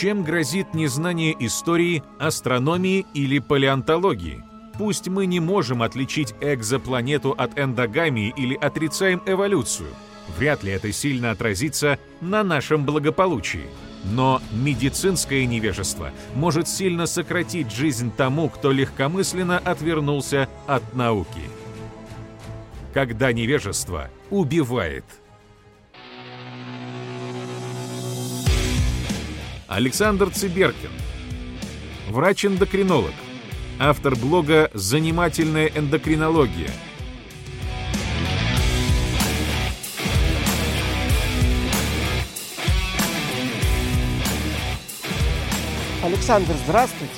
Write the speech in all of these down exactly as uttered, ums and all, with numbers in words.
Чем грозит незнание истории, астрономии или палеонтологии? Пусть мы не можем отличить экзопланету от эндогамии или отрицаем эволюцию, вряд ли это сильно отразится на нашем благополучии. Но медицинское невежество может сильно сократить жизнь тому, кто легкомысленно отвернулся от науки. Когда невежество убивает. Александр Цыберкин, врач-эндокринолог, автор блога «Занимательная эндокринология». Александр, здравствуйте.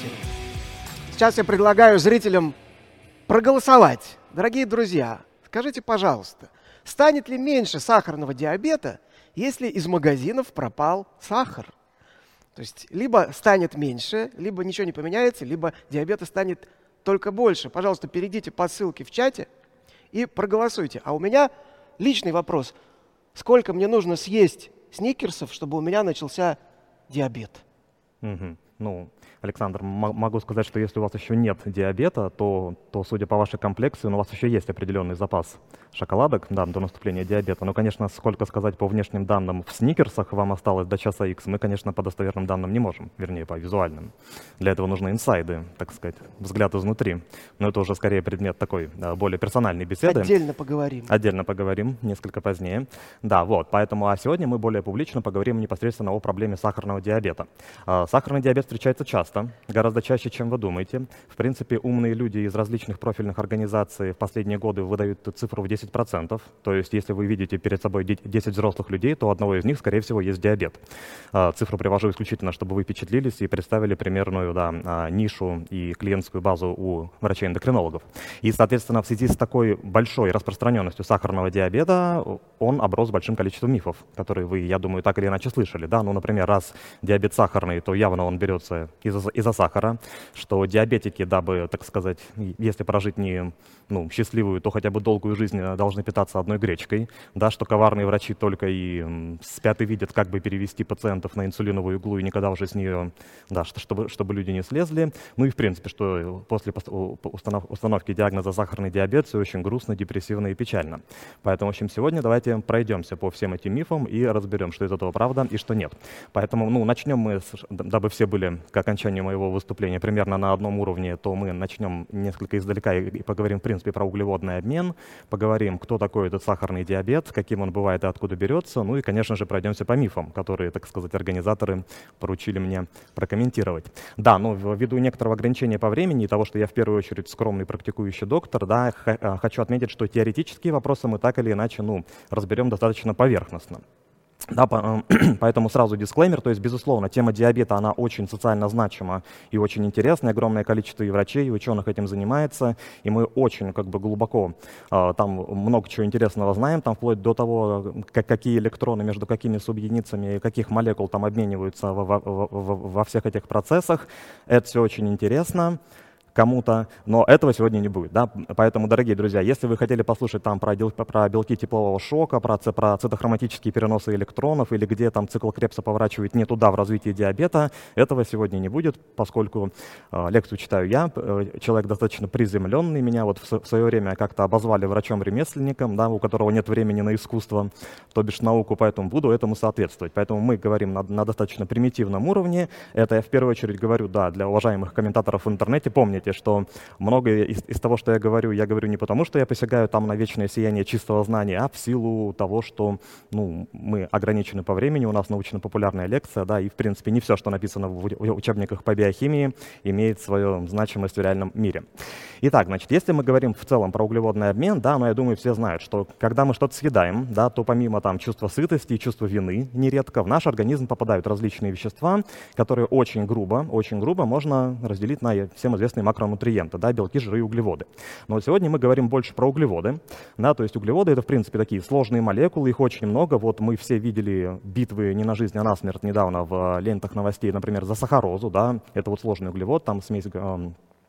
Сейчас я предлагаю зрителям проголосовать. Дорогие друзья, скажите, пожалуйста, станет ли меньше сахарного диабета, если из магазинов пропал сахар? То есть либо станет меньше, либо ничего не поменяется, либо диабета станет только больше. Пожалуйста, перейдите по ссылке в чате и проголосуйте. А у меня личный вопрос. Сколько мне нужно съесть сникерсов, чтобы у меня начался диабет? Угу. Ну, Александр, могу сказать, что если у вас еще нет диабета, то, то, судя по вашей комплекции, ну, у вас еще есть определенный запас шоколадок, да, до наступления диабета. Но, конечно, сколько сказать по внешним данным в сникерсах вам осталось до часа Х, мы, конечно, по достоверным данным не можем, вернее, по визуальным. Для этого нужны инсайды, так сказать, взгляд изнутри. Но это уже скорее предмет такой более персональной беседы. Отдельно поговорим. Отдельно поговорим, несколько позднее. Да, вот, поэтому, а сегодня мы более публично поговорим непосредственно о проблеме сахарного диабета. Сахарный диабет встречается часто, гораздо чаще, чем вы думаете. В принципе, умные люди из различных профильных организаций в последние годы выдают цифру в десять процентов. То есть, если вы видите перед собой десять взрослых людей, то у одного из них, скорее всего, есть диабет. Цифру привожу исключительно, чтобы вы впечатлились и представили примерную, да, нишу и клиентскую базу у врачей-эндокринологов. И, соответственно, в связи с такой большой распространенностью сахарного диабета он оброс большим количеством мифов, которые вы, я думаю, так или иначе слышали. Да? Ну, например, раз диабет сахарный, то явно он берется из-за из-за сахара, что диабетики, дабы, так сказать, если прожить не ну, счастливую, то хотя бы долгую жизнь, должны питаться одной гречкой, да, что коварные врачи только и спят и видят, как бы перевести пациентов на инсулиновую иглу и никогда уже с нее, да, чтобы, чтобы люди не слезли. Ну и в принципе, что после установки диагноза сахарный диабет все очень грустно, депрессивно и печально. Поэтому, в общем, сегодня давайте пройдемся по всем этим мифам и разберем, что из этого правда и что нет. Поэтому, ну, начнем мы, дабы все были к окончанию моего выступления примерно на одном уровне, то мы начнем несколько издалека и поговорим, в принципе, про углеводный обмен, поговорим, кто такой этот сахарный диабет, каким он бывает и откуда берется, ну и, конечно же, пройдемся по мифам, которые, так сказать, организаторы поручили мне прокомментировать. Да, ну, ввиду некоторого ограничения по времени и того, что я в первую очередь скромный практикующий доктор, да, хочу отметить, что теоретические вопросы мы так или иначе, ну, разберем достаточно поверхностно. Да, поэтому сразу дисклеймер, то есть, безусловно, тема диабета, она очень социально значима и очень интересная, огромное количество и врачей, и ученых этим занимается, и мы очень как бы глубоко там много чего интересного знаем, там вплоть до того, как, какие электроны между какими субъединицами, каких молекул там обмениваются во, во, во, во всех этих процессах, это все очень интересно кому-то, но этого сегодня не будет. Да? Поэтому, дорогие друзья, если вы хотели послушать там про, про белки теплового шока, про, про цитохроматические переносы электронов или где там цикл Крепса поворачивает не туда в развитии диабета, этого сегодня не будет, поскольку э, лекцию читаю я, э, человек достаточно приземленный, меня вот в, в свое время как-то обозвали врачом-ремесленником, да, у которого нет времени на искусство, то бишь науку, поэтому буду этому соответствовать. Поэтому мы говорим на, на достаточно примитивном уровне. Это я в первую очередь говорю, да, для уважаемых комментаторов в интернете, помните, что многое из, из того, что я говорю, я говорю не потому, что я посягаю там на вечное сияние чистого знания, а в силу того, что ну, мы ограничены по времени, у нас научно-популярная лекция, да, и в принципе не все, что написано в учебниках по биохимии, имеет свою значимость в реальном мире. Итак, значит, если мы говорим в целом про углеводный обмен, да, но я думаю, все знают, что когда мы что-то съедаем, да, то помимо там чувства сытости и чувства вины нередко в наш организм попадают различные вещества, которые очень грубо, очень грубо можно разделить на всем известные макронутриенты, да, белки, жиры и углеводы. Но вот сегодня мы говорим больше про углеводы, да, то есть углеводы это в принципе такие сложные молекулы, их очень много. Вот мы все видели битвы не на жизнь, а на смерть недавно в лентах новостей, например, за сахарозу, да, это вот сложный углевод, там смесь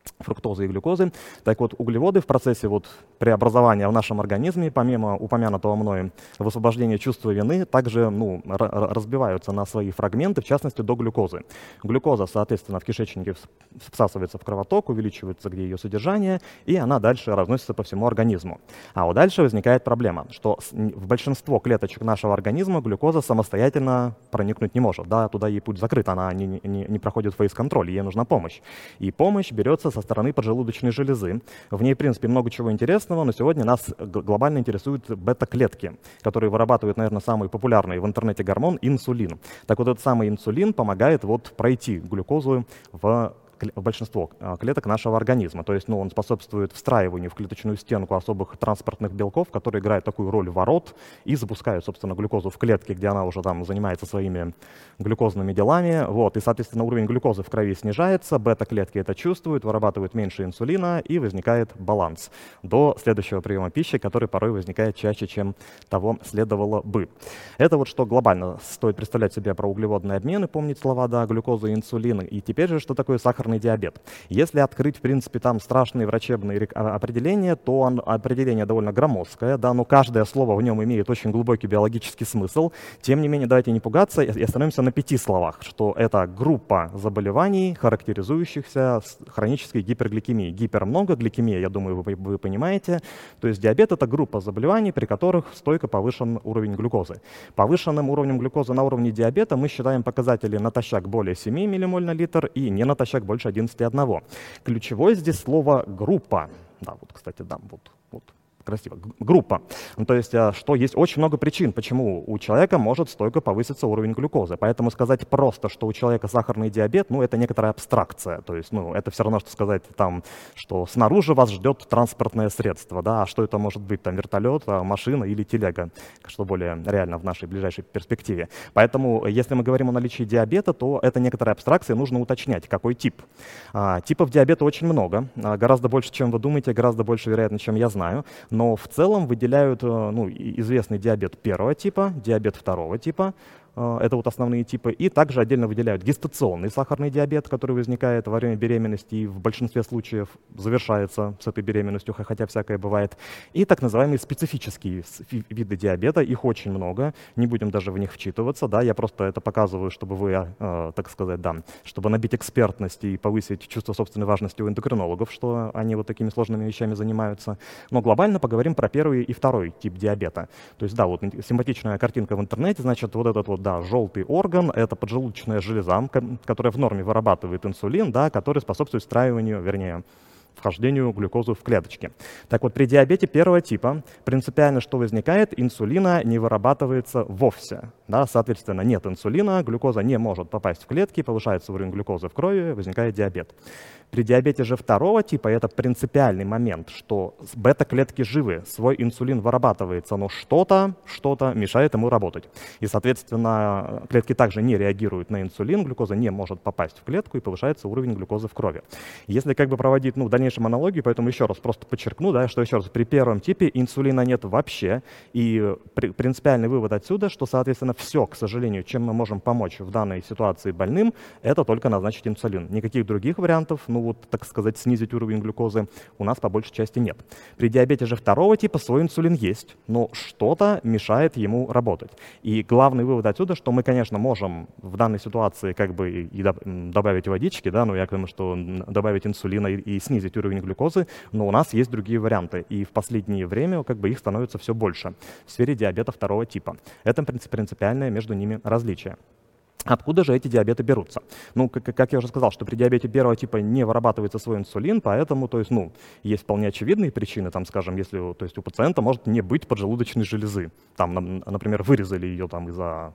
фруктозы и глюкозы. Так вот, углеводы в процессе вот преобразования в нашем организме, помимо упомянутого мной высвобождения чувства вины, также ну, разбиваются на свои фрагменты, в частности, до глюкозы. Глюкоза, соответственно, в кишечнике всасывается в кровоток, увеличивается где ее содержание, и она дальше разносится по всему организму. А вот дальше возникает проблема, что в большинство клеточек нашего организма глюкоза самостоятельно проникнуть не может. Да, туда ей путь закрыт, она не, не, не проходит фейс-контроль, ей нужна помощь. И помощь берется со стороны поджелудочной железы. В ней, в принципе, много чего интересного, но сегодня нас глобально интересуют бета-клетки, которые вырабатывают, наверное, самый популярный в интернете гормон — инсулин. Так вот, этот самый инсулин помогает вот пройти глюкозу в большинство клеток нашего организма. То есть ну, он способствует встраиванию в клеточную стенку особых транспортных белков, которые играют такую роль ворот и запускают, собственно, глюкозу в клетке, где она уже там занимается своими глюкозными делами. Вот. И, соответственно, уровень глюкозы в крови снижается, бета-клетки это чувствуют, вырабатывают меньше инсулина, и возникает баланс до следующего приема пищи, который порой возникает чаще, чем того следовало бы. Это вот что глобально стоит представлять себе про углеводный обмен и помнить слова, да, глюкоза и инсулин. И теперь же, что такое сахарный диабет. Если открыть, в принципе, там страшные врачебные определения, то он, определение довольно громоздкое, да, но каждое слово в нем имеет очень глубокий биологический смысл. Тем не менее, давайте не пугаться и остановимся на пяти словах, что это группа заболеваний, характеризующихся хронической гипергликемией. Гипер много, гликемия, я думаю, вы, вы понимаете. То есть диабет — это группа заболеваний, при которых стойко повышен уровень глюкозы. Повышенным уровнем глюкозы на уровне диабета мы считаем показатели натощак более семи миллимоль на литр и не натощак больше одиннадцати целых одной десятой. Ключевое здесь слово «группа». Да, вот, кстати, да, вот, вот. Красиво. Группа. Ну, то есть, что есть очень много причин, почему у человека может стойко повыситься уровень глюкозы. Поэтому сказать просто, что у человека сахарный диабет, ну, это некоторая абстракция. То есть, ну, это все равно, что сказать, там, что снаружи вас ждет транспортное средство, да, а что это может быть, там, вертолет, машина или телега, что более реально в нашей ближайшей перспективе. Поэтому, если мы говорим о наличии диабета, то это некоторая абстракция, нужно уточнять, какой тип. А, типов диабета очень много, а, гораздо больше, чем вы думаете, гораздо больше, вероятно, чем я знаю. Но в целом выделяют ну, известный диабет первого типа, диабет второго типа, это вот основные типы, и также отдельно выделяют гестационный сахарный диабет, который возникает во время беременности и в большинстве случаев завершается с этой беременностью, хотя всякое бывает, и так называемые специфические виды диабета, их очень много, не будем даже в них вчитываться, да, я просто это показываю, чтобы вы, э, так сказать, да, чтобы набить экспертность и повысить чувство собственной важности у эндокринологов, что они вот такими сложными вещами занимаются, но глобально поговорим про первый и второй тип диабета. То есть, да, вот симпатичная картинка в интернете, значит, вот этот вот, да, желтый орган — это поджелудочная железа, которая в норме вырабатывает инсулин, да, который способствует встраиванию, вернее, вхождению глюкозы в клеточки. Так вот, при диабете первого типа принципиально что возникает? Инсулина не вырабатывается вовсе. Да? Соответственно, нет инсулина, глюкоза не может попасть в клетки, повышается уровень глюкозы в крови, возникает диабет. При диабете же второго типа это принципиальный момент, что бета-клетки живы, свой инсулин вырабатывается, но что-то, что-то мешает ему работать. И, соответственно, клетки также не реагируют на инсулин, глюкоза не может попасть в клетку и повышается уровень глюкозы в крови. Если как бы проводить ну, дальнейшую аналогию, поэтому еще раз просто подчеркну, да, что еще раз, при первом типе инсулина нет вообще, и при, принципиальный вывод отсюда, что, соответственно, все, к сожалению, чем мы можем помочь в данной ситуации больным, это только назначить инсулин. Никаких других вариантов, ну вот, так сказать, снизить уровень глюкозы у нас по большей части нет. При диабете же второго типа свой инсулин есть, но что-то мешает ему работать. И главный вывод отсюда, что мы, конечно, можем в данной ситуации как бы и добавить водички, да, ну я думаю, что добавить инсулина и, и снизить уровень глюкозы, но у нас есть другие варианты. И в последнее время как бы их становится все больше в сфере диабета второго типа. Это принципиальное между ними различие. Откуда же эти диабеты берутся? Ну, как, как я уже сказал, что при диабете первого типа не вырабатывается свой инсулин, поэтому, то есть, ну, есть вполне очевидные причины, там, скажем, если, то есть, у пациента может не быть поджелудочной железы, там, например, вырезали ее там из-за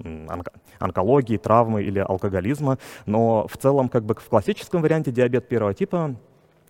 онкологии, травмы или алкоголизма, но в целом, как бы в классическом варианте диабет первого типа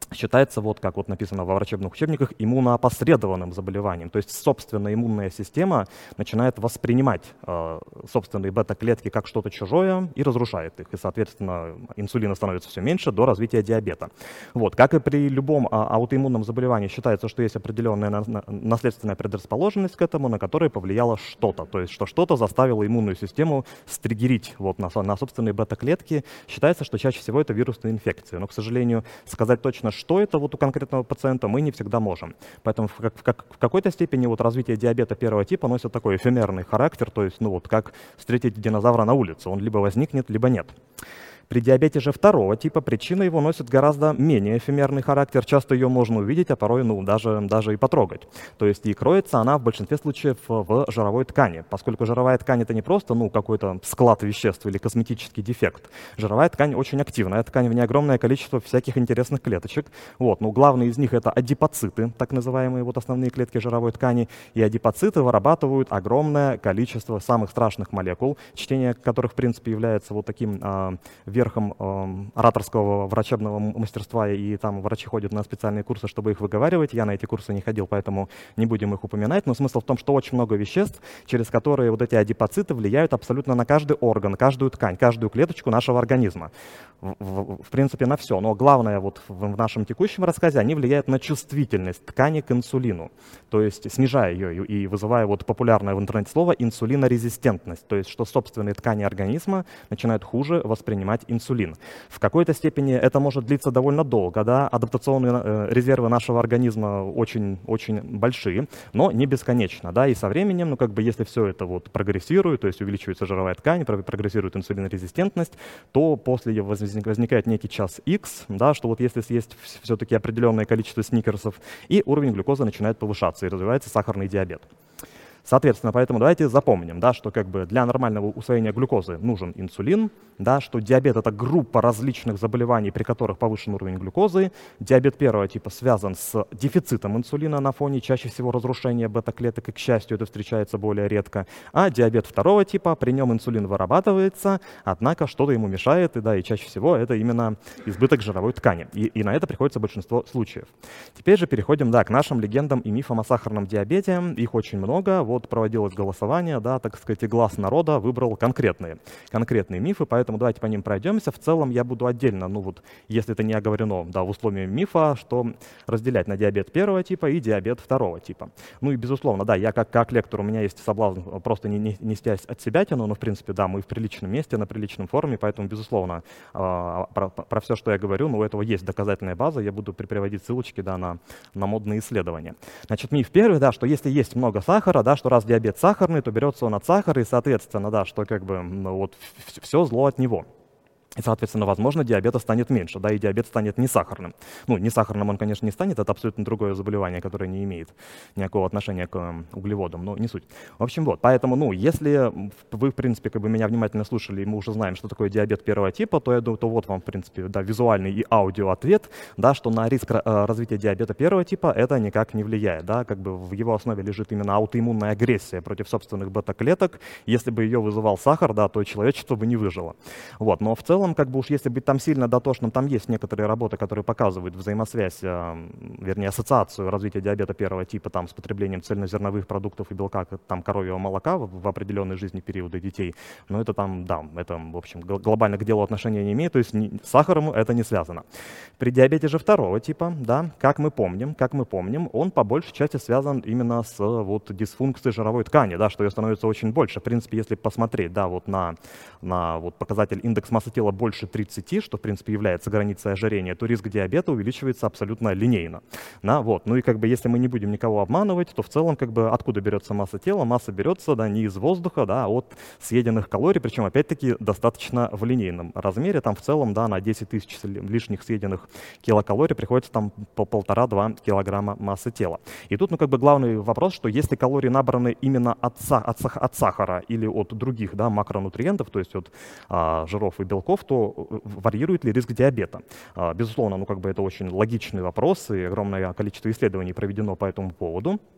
считается, вот как вот написано во врачебных учебниках, иммуноопосредованным заболеванием. То есть собственная иммунная система начинает воспринимать э, собственные бета-клетки как что-то чужое и разрушает их. И, соответственно, инсулина становится все меньше до развития диабета. Вот. Как и при любом а, аутоиммунном заболевании считается, что есть определенная на, на, наследственная предрасположенность к этому, на которой повлияло что-то. То есть что что-то заставило иммунную систему стригерить вот, на, на собственные бета-клетки. Считается, что чаще всего это вирусные инфекции. Но, к сожалению, сказать точно, что это вот у конкретного пациента, мы не всегда можем. Поэтому в, как, в, как, в какой-то степени вот развитие диабета первого типа носит такой эфемерный характер, то есть ну вот как встретить динозавра на улице, он либо возникнет, либо нет. При диабете же второго типа причина его носит гораздо менее эфемерный характер. Часто ее можно увидеть, а порой ну, даже, даже и потрогать. То есть и кроется она в большинстве случаев в жировой ткани. Поскольку жировая ткань — это не просто ну, какой-то склад веществ или косметический дефект. Жировая ткань очень активная. Ткань, в ней огромное количество всяких интересных клеточек. Вот. Но главные из них — это адипоциты, так называемые вот основные клетки жировой ткани. И адипоциты вырабатывают огромное количество самых страшных молекул, чтение которых, в принципе, является вот таким э, верхом э, ораторского врачебного мастерства, и там врачи ходят на специальные курсы, чтобы их выговаривать. Я на эти курсы не ходил, поэтому не будем их упоминать. Но смысл в том, что очень много веществ, через которые вот эти адипоциты влияют абсолютно на каждый орган, каждую ткань, каждую клеточку нашего организма. В, в, в принципе, на все. Но главное вот в, в нашем текущем рассказе, они влияют на чувствительность ткани к инсулину. То есть снижая ее и вызывая вот популярное в интернете слово инсулинорезистентность. То есть что собственные ткани организма начинают хуже воспринимать инсулин. В какой-то степени это может длиться довольно долго, да, адаптационные э, резервы нашего организма очень-очень большие, но не бесконечно, да, и со временем, ну, как бы, если все это вот прогрессирует, то есть увеличивается жировая ткань, прогрессирует инсулинорезистентность, то после ее возникает некий час X, да, что вот если съесть все-таки определенное количество сникерсов, и уровень глюкозы начинает повышаться, и развивается сахарный диабет. Соответственно, поэтому давайте запомним, да, что как бы для нормального усвоения глюкозы нужен инсулин, да, что диабет — это группа различных заболеваний, при которых повышен уровень глюкозы. Диабет первого типа связан с дефицитом инсулина на фоне чаще всего разрушения бета-клеток, и, к счастью, это встречается более редко. А диабет второго типа, при нем инсулин вырабатывается, однако что-то ему мешает, и, да, и чаще всего это именно избыток жировой ткани. И, и на это приходится большинство случаев. Теперь же переходим, да, к нашим легендам и мифам о сахарном диабете. Их очень много. Вот проводилось голосование, да, так сказать, и глаз народа выбрал конкретные, конкретные мифы, поэтому давайте по ним пройдемся. В целом я буду отдельно, ну вот, если это не оговорено, да, в условии мифа, что разделять на диабет первого типа и диабет второго типа. Ну и безусловно, да, я как, как лектор, у меня есть соблазн просто не, не, нести от себя тяну, но в принципе, да, мы в приличном месте, на приличном форуме, поэтому, безусловно, э, про, про все, что я говорю, ну, у этого есть доказательная база, я буду приводить ссылочки, да, на, на модные исследования. Значит, миф первый, да, что если есть много сахара, да, что раз диабет сахарный, то берется он от сахара, и, соответственно, да, что как бы ну, вот все зло от него. И, соответственно, возможно, диабета станет меньше, да, и диабет станет не сахарным. Ну, не сахарным он, конечно, не станет, это абсолютно другое заболевание, которое не имеет никакого отношения к э, углеводам, но не суть. В общем, вот, поэтому, ну, если вы, в принципе, как бы меня внимательно слушали, и мы уже знаем, что такое диабет первого типа, то я думаю, то вот вам, в принципе, да, визуальный и аудио ответ, да, что на риск э, развития диабета первого типа это никак не влияет, да, как бы в его основе лежит именно аутоиммунная агрессия против собственных бета-клеток. Если бы ее вызывал сахар, да, то человечество бы не выжило. Вот, но в целом, как бы уж если быть там сильно дотошным, там есть некоторые работы, которые показывают взаимосвязь, э, вернее, ассоциацию развития диабета первого типа там, с потреблением цельнозерновых продуктов и белка, там, коровьего молока в, в определенной жизни периоды детей. Но это там, да, это, в общем, глобально к делу отношения не имеет, то есть не, с сахаром это не связано. При диабете же второго типа, да, как мы помним, как мы помним, он по большей части связан именно с вот дисфункцией жировой ткани, да, что ее становится очень больше. В принципе, если посмотреть, да, вот на, на вот показатель индекс массы тела больше тридцати, что в принципе является границей ожирения, то риск диабета увеличивается абсолютно линейно. Да, вот. Ну и как бы если мы не будем никого обманывать, то в целом как бы откуда берется масса тела? Масса берется, да, не из воздуха, да, а от съеденных калорий, причем опять-таки достаточно в линейном размере. Там в целом, да, на десять тысяч лишних съеденных килокалорий приходится там по полтора-два килограмма массы тела. И тут, ну как бы главный вопрос, что если калории набраны именно от, от, от сахара или от других, да, макронутриентов, то есть от а, жиров и белков, то варьирует ли риск диабета? Безусловно, ну как бы это очень логичный вопрос, и огромное количество исследований проведено по этому поводу.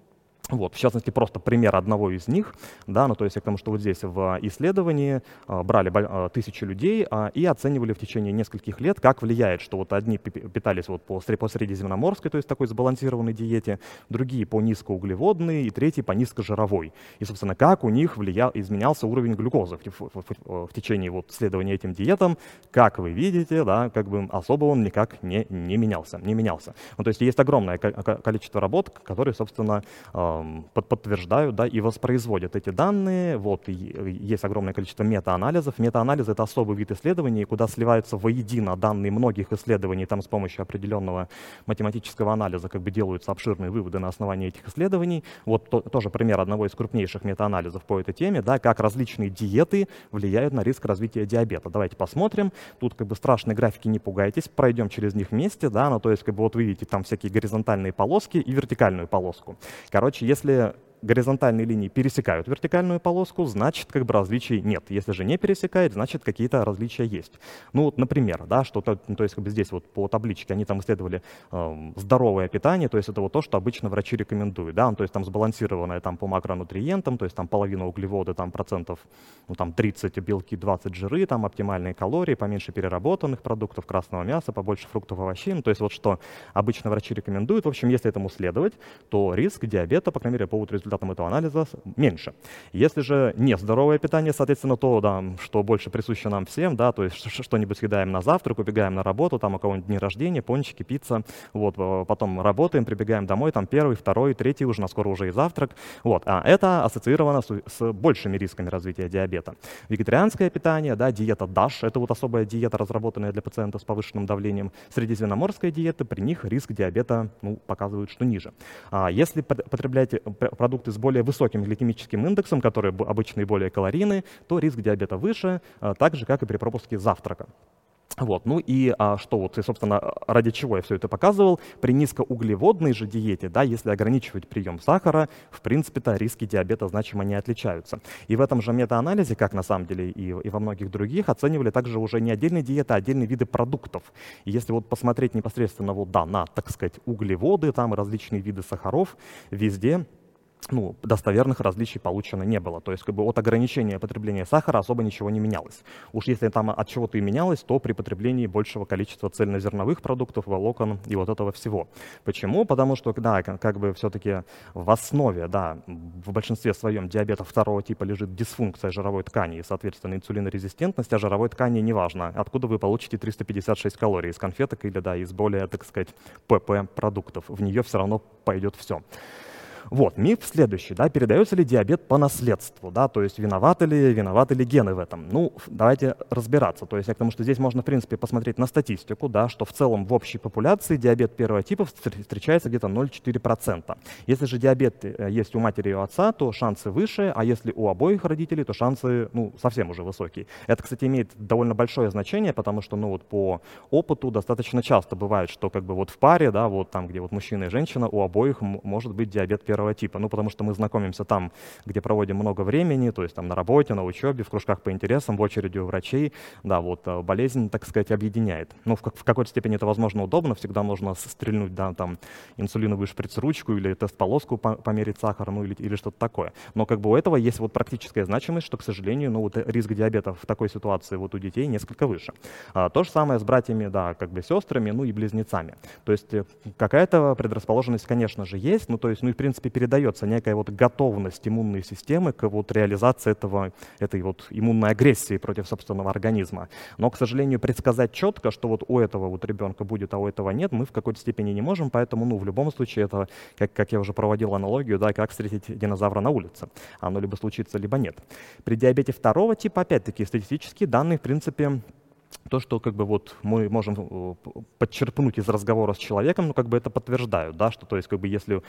Вот, в частности, просто пример одного из них, да, ну, то есть, потому что вот здесь в исследовании а, брали а, тысячи людей а, и оценивали в течение нескольких лет, как влияет, что вот одни питались вот по, по средиземноморской, то есть такой сбалансированной диете, другие по низкоуглеводной и третьи по низкожировой. И, собственно, как у них влиял, изменялся уровень глюкозы в, в, в, в течение вот следования этим диетам, как вы видите, да, как бы особо он никак не, не менялся, не менялся. Ну, то есть есть огромное количество работ, которые, собственно, подтверждают, да, и воспроизводят эти данные. Вот, и есть огромное количество метаанализов. Метаанализ — это особый вид исследований, куда сливаются воедино данные многих исследований, там с помощью определенного математического анализа как бы делаются обширные выводы на основании этих исследований. Вот то, тоже пример одного из крупнейших метаанализов по этой теме, да, как различные диеты влияют на риск развития диабета. Давайте посмотрим. Тут как бы страшные графики, не пугайтесь, пройдем через них вместе, да, ну, то есть как бы вот вы видите там всякие горизонтальные полоски и вертикальную полоску. Короче, если горизонтальные линии пересекают вертикальную полоску, значит, как бы различий нет. Если же не пересекает, значит, какие-то различия есть. Ну, вот, например, да, что-то, ну, то есть как бы здесь вот по табличке они там исследовали э, здоровое питание, то есть это вот то, что обычно врачи рекомендуют, да, ну, то есть там сбалансированное там по макронутриентам, то есть там половина углеводы, там процентов, ну, там тридцать белки, двадцать жиры, там оптимальные калории, поменьше переработанных продуктов, красного мяса, побольше фруктов, овощей, ну, то есть вот что обычно врачи рекомендуют. В общем, если этому следовать, то риск диабета, по крайней мере, по результатам этого анализа меньше. Если же не здоровое питание, соответственно, то, да, что больше присуще нам всем, да, то есть что-нибудь съедаем на завтрак, убегаем на работу, там у кого-нибудь день рождения, пончики, пицца, вот, потом работаем, прибегаем домой, там первый, второй, третий, уже на скоро уже и завтрак, вот, а это ассоциировано с, с большими рисками развития диабета. Вегетарианское питание, да, диета даш, это вот особая диета, разработанная для пациентов с повышенным давлением, средиземноморская диета, при них риск диабета, ну, показывают, что ниже. А если потребляете продукты с более высоким гликемическим индексом, которые обычно и более калорийные, то риск диабета выше, так же, как и при пропуске завтрака. Вот, ну и а, что вот, и, собственно, ради чего я все это показывал, при низкоуглеводной же диете, да, если ограничивать прием сахара, в принципе-то риски диабета значимо не отличаются. И в этом же метаанализе, как на самом деле и, и во многих других, оценивали также уже не отдельные диеты, а отдельные виды продуктов. И если вот посмотреть непосредственно вот, да, на, так сказать, углеводы, там и различные виды сахаров, везде ну, достоверных различий получено не было. То есть как бы от ограничения потребления сахара особо ничего не менялось. Уж если там от чего-то и менялось, то при потреблении большего количества цельнозерновых продуктов, волокон и вот этого всего. Почему? Потому что, да, как бы все-таки в основе, да, в большинстве своем диабета второго типа лежит дисфункция жировой ткани и, соответственно, инсулинорезистентность, а жировой ткани неважно, откуда вы получите триста пятьдесят шесть калорий, из конфеток или, да, из более, так сказать, ПП продуктов. В нее все равно пойдет все. Вот, миф следующий, да, передается ли диабет по наследству, да, то есть виноваты ли, виноваты ли гены в этом? Ну, давайте разбираться, то есть я к тому, что здесь можно, в принципе, посмотреть на статистику, да, что в целом в общей популяции диабет первого типа встречается где-то ноль целых четыре десятых процента. Если же диабет есть у матери и у отца, то шансы выше, а если у обоих родителей, то шансы, ну, совсем уже высокие. Это, кстати, имеет довольно большое значение, потому что, ну, вот по опыту достаточно часто бывает, что как бы вот в паре, да, вот там, где вот мужчина и женщина, у обоих может быть диабет первого типа, ну, потому что мы знакомимся там, где проводим много времени, то есть там на работе, на учебе, в кружках по интересам, в очереди у врачей, да, вот болезнь, так сказать, объединяет. Ну, в, в какой-то степени это, возможно, удобно, всегда можно стрельнуть, да, там, инсулиновую шприц-ручку или тест-полоску померить сахар, ну, или, или что-то такое. Но как бы у этого есть вот практическая значимость, что, к сожалению, ну, вот риск диабета в такой ситуации вот у детей несколько выше. А, то же самое с братьями, да, как бы сестрами, ну, и близнецами. То есть какая-то предрасположенность, конечно же, есть, ну, то есть, ну, и, в принципе, передается некая вот готовность иммунной системы к вот реализации этого, этой вот иммунной агрессии против собственного организма. Но, к сожалению, предсказать четко, что вот у этого вот ребенка будет, а у этого нет, мы в какой-то степени не можем, поэтому, ну, в любом случае, это, как, как я уже проводил аналогию, да, как встретить динозавра на улице. Оно либо случится, либо нет. При диабете второго типа, опять-таки, статистические данные, в принципе, то, что как бы вот мы можем подчерпнуть из разговора с человеком, ну как бы это подтверждают, да, что то есть как бы если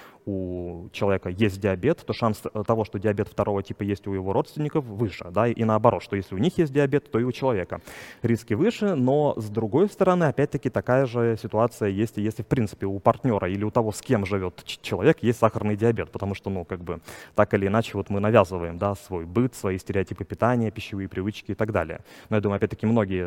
у человека есть диабет, то шанс того, что диабет второго типа есть у его родственников, выше, да, и наоборот, что если у них есть диабет, то и у человека риски выше, но с другой стороны, опять-таки такая же ситуация есть, если в принципе у партнера или у того, с кем живет человек, есть сахарный диабет, потому что, ну как бы так или иначе вот мы навязываем, да, свой быт, свои стереотипы питания, пищевые привычки и так далее. Но я думаю, опять-таки многие с этим сталкиваются,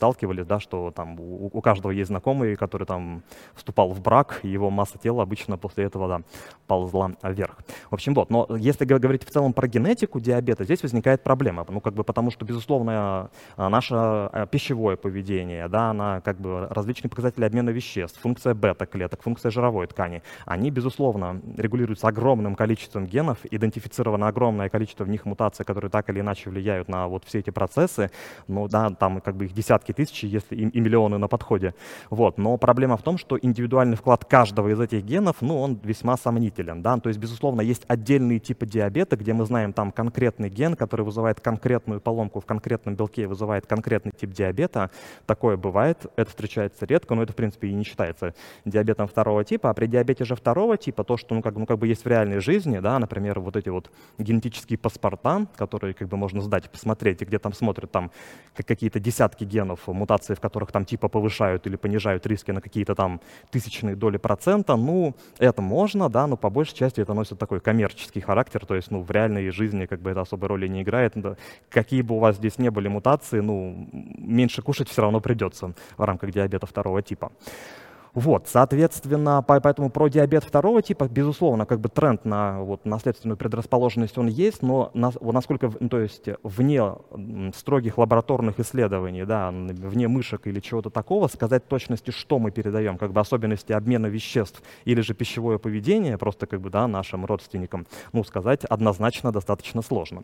сталкивались, да, что там у, у каждого есть знакомый, который там вступал в брак, и его масса тела обычно после этого, да, ползла вверх. В общем, вот, но если говорить в целом про генетику диабета, здесь возникает проблема, ну, как бы потому что, безусловно, наше пищевое поведение, да, она, как бы, различные показатели обмена веществ, функция бета-клеток, функция жировой ткани, они, безусловно, регулируются огромным количеством генов, идентифицировано огромное количество в них мутаций, которые так или иначе влияют на вот все эти процессы, ну, да, там, как бы, их десятки тысяч, если и, и миллионы на подходе, вот, но проблема в том, что индивидуальный вклад каждого из этих генов, ну, он весьма сомнителен, да, то есть, безусловно, есть отдельные типы диабета, где мы знаем там конкретный ген, который вызывает конкретную поломку в конкретном белке и вызывает конкретный тип диабета. Такое бывает, это встречается редко, но это, в принципе, и не считается диабетом второго типа. А при диабете же второго типа, то, что ну, как, ну, как бы есть в реальной жизни, да, например, вот эти вот генетические паспорта, которые как бы можно сдать, посмотреть, и где там смотрят там какие-то десятки генов, мутации, в которых там типа повышают или понижают риски на какие-то там тысячные доли процента, ну, это можно, да, но по большей части это носит такой коммерческий характер, то есть, ну, в реальной жизни как бы это особой роли не играет. Да, какие бы у вас здесь не были мутации, ну, меньше кушать все равно придется в рамках диабета второго типа. Вот, соответственно, поэтому про диабет второго типа, безусловно, как бы тренд на вот, наследственную предрасположенность он есть, но на, насколько, ну, то есть вне строгих лабораторных исследований, да, вне мышек или чего-то такого, сказать точности, что мы передаем, как бы особенности обмена веществ или же пищевое поведение, просто как бы, да, нашим родственникам, ну, сказать однозначно достаточно сложно.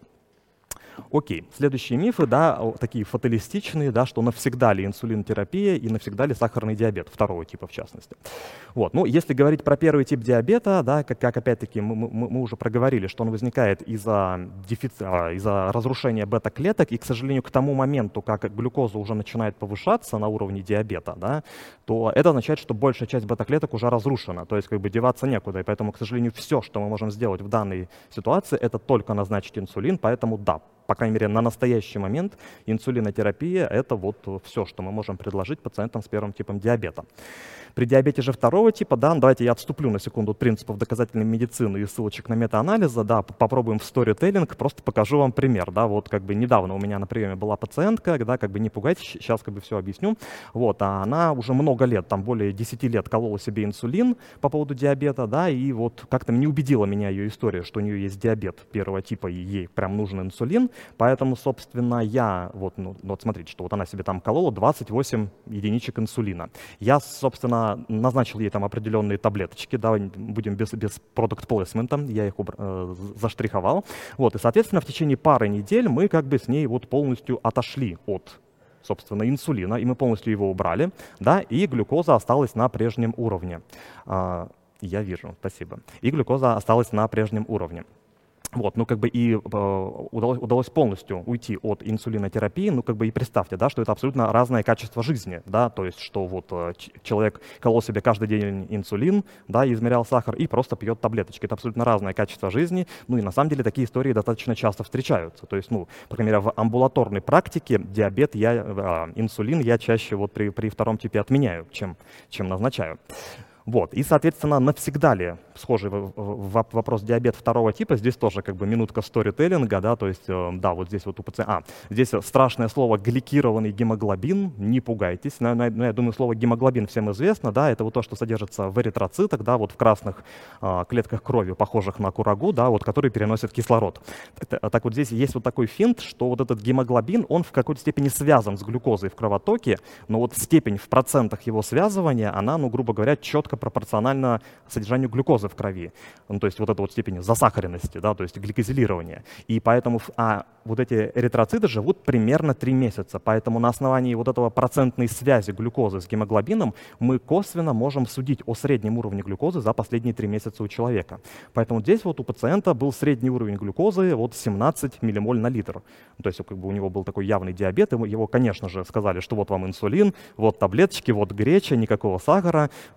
Окей, следующие мифы, да, такие фаталистичные, да, что навсегда ли инсулинотерапия и навсегда ли сахарный диабет, второго типа в частности. Вот, ну, если говорить про первый тип диабета, да, как, как опять-таки мы, мы, мы уже проговорили, что он возникает из-за дефицита, из-за разрушения бета-клеток, и, к сожалению, к тому моменту, как глюкоза уже начинает повышаться на уровне диабета, да, то это означает, что большая часть бета-клеток уже разрушена, то есть как бы деваться некуда, и поэтому, к сожалению, все, что мы можем сделать в данной ситуации, это только назначить инсулин, поэтому да, по крайней мере, на настоящий момент инсулинотерапия — это вот все, что мы можем предложить пациентам с первым типом диабета. При диабете же второго типа, да, давайте я отступлю на секунду от принципов доказательной медицины и ссылочек на метаанализы, да, попробуем в сторителлинг, просто покажу вам пример, да, вот как бы недавно у меня на приеме была пациентка, да, как бы не пугайтесь, сейчас как бы все объясню, вот, а она уже много лет, там более десяти лет колола себе инсулин по поводу диабета, да, и вот как-то не убедила меня ее история, что у нее есть диабет первого типа и ей прям нужен инсулин, поэтому, собственно, я, вот, ну, вот смотрите, что вот она себе там колола двадцать восемь единичек инсулина, я, собственно, назначил ей там определенные таблеточки, да, будем без, без product placement, я их э, заштриховал. Вот, и, соответственно, в течение пары недель мы как бы с ней вот полностью отошли от, собственно, инсулина, и мы полностью его убрали, да, и глюкоза осталась на прежнем уровне. А, я вижу, спасибо. И глюкоза осталась на прежнем уровне. Вот, ну как бы и э, удалось, удалось полностью уйти от инсулинотерапии, ну как бы и представьте, да, что это абсолютно разное качество жизни, да, то есть что вот э, человек колол себе каждый день инсулин, да, измерял сахар и просто пьет таблеточки, это абсолютно разное качество жизни, ну и на самом деле такие истории достаточно часто встречаются, то есть, ну, по крайней мере, в амбулаторной практике диабет, я, э, инсулин я чаще вот при, при втором типе отменяю, чем, чем назначаю. Вот. И, соответственно, навсегда ли схожий вопрос диабет второго типа, здесь тоже как бы минутка сторителлинга, да, то есть, да, вот здесь вот у пациента, а, здесь страшное слово гликированный гемоглобин, не пугайтесь, но, но, но я думаю, слово гемоглобин всем известно, да, это вот то, что содержится в эритроцитах, да, вот в красных а, клетках крови, похожих на курагу, да, вот, которые переносят кислород. Это, так вот здесь есть вот такой финт, что вот этот гемоглобин, он в какой-то степени связан с глюкозой в кровотоке, но вот степень в процентах его связывания, она, ну, грубо говоря, четко пропорционально содержанию глюкозы в крови, ну, то есть вот эта вот степень засахаренности, да, то есть гликозилирования. И поэтому а вот эти эритроциты живут примерно три месяца, поэтому на основании вот этого процентной связи глюкозы с гемоглобином мы косвенно можем судить о среднем уровне глюкозы за последние три месяца у человека. Поэтому здесь вот у пациента был средний уровень глюкозы вот семнадцать миллимоль на литр. То есть как бы у него был такой явный диабет, и его, конечно же, сказали, что вот вам инсулин, вот таблеточки, вот греча, никакого сахара, вот, пожалуйста.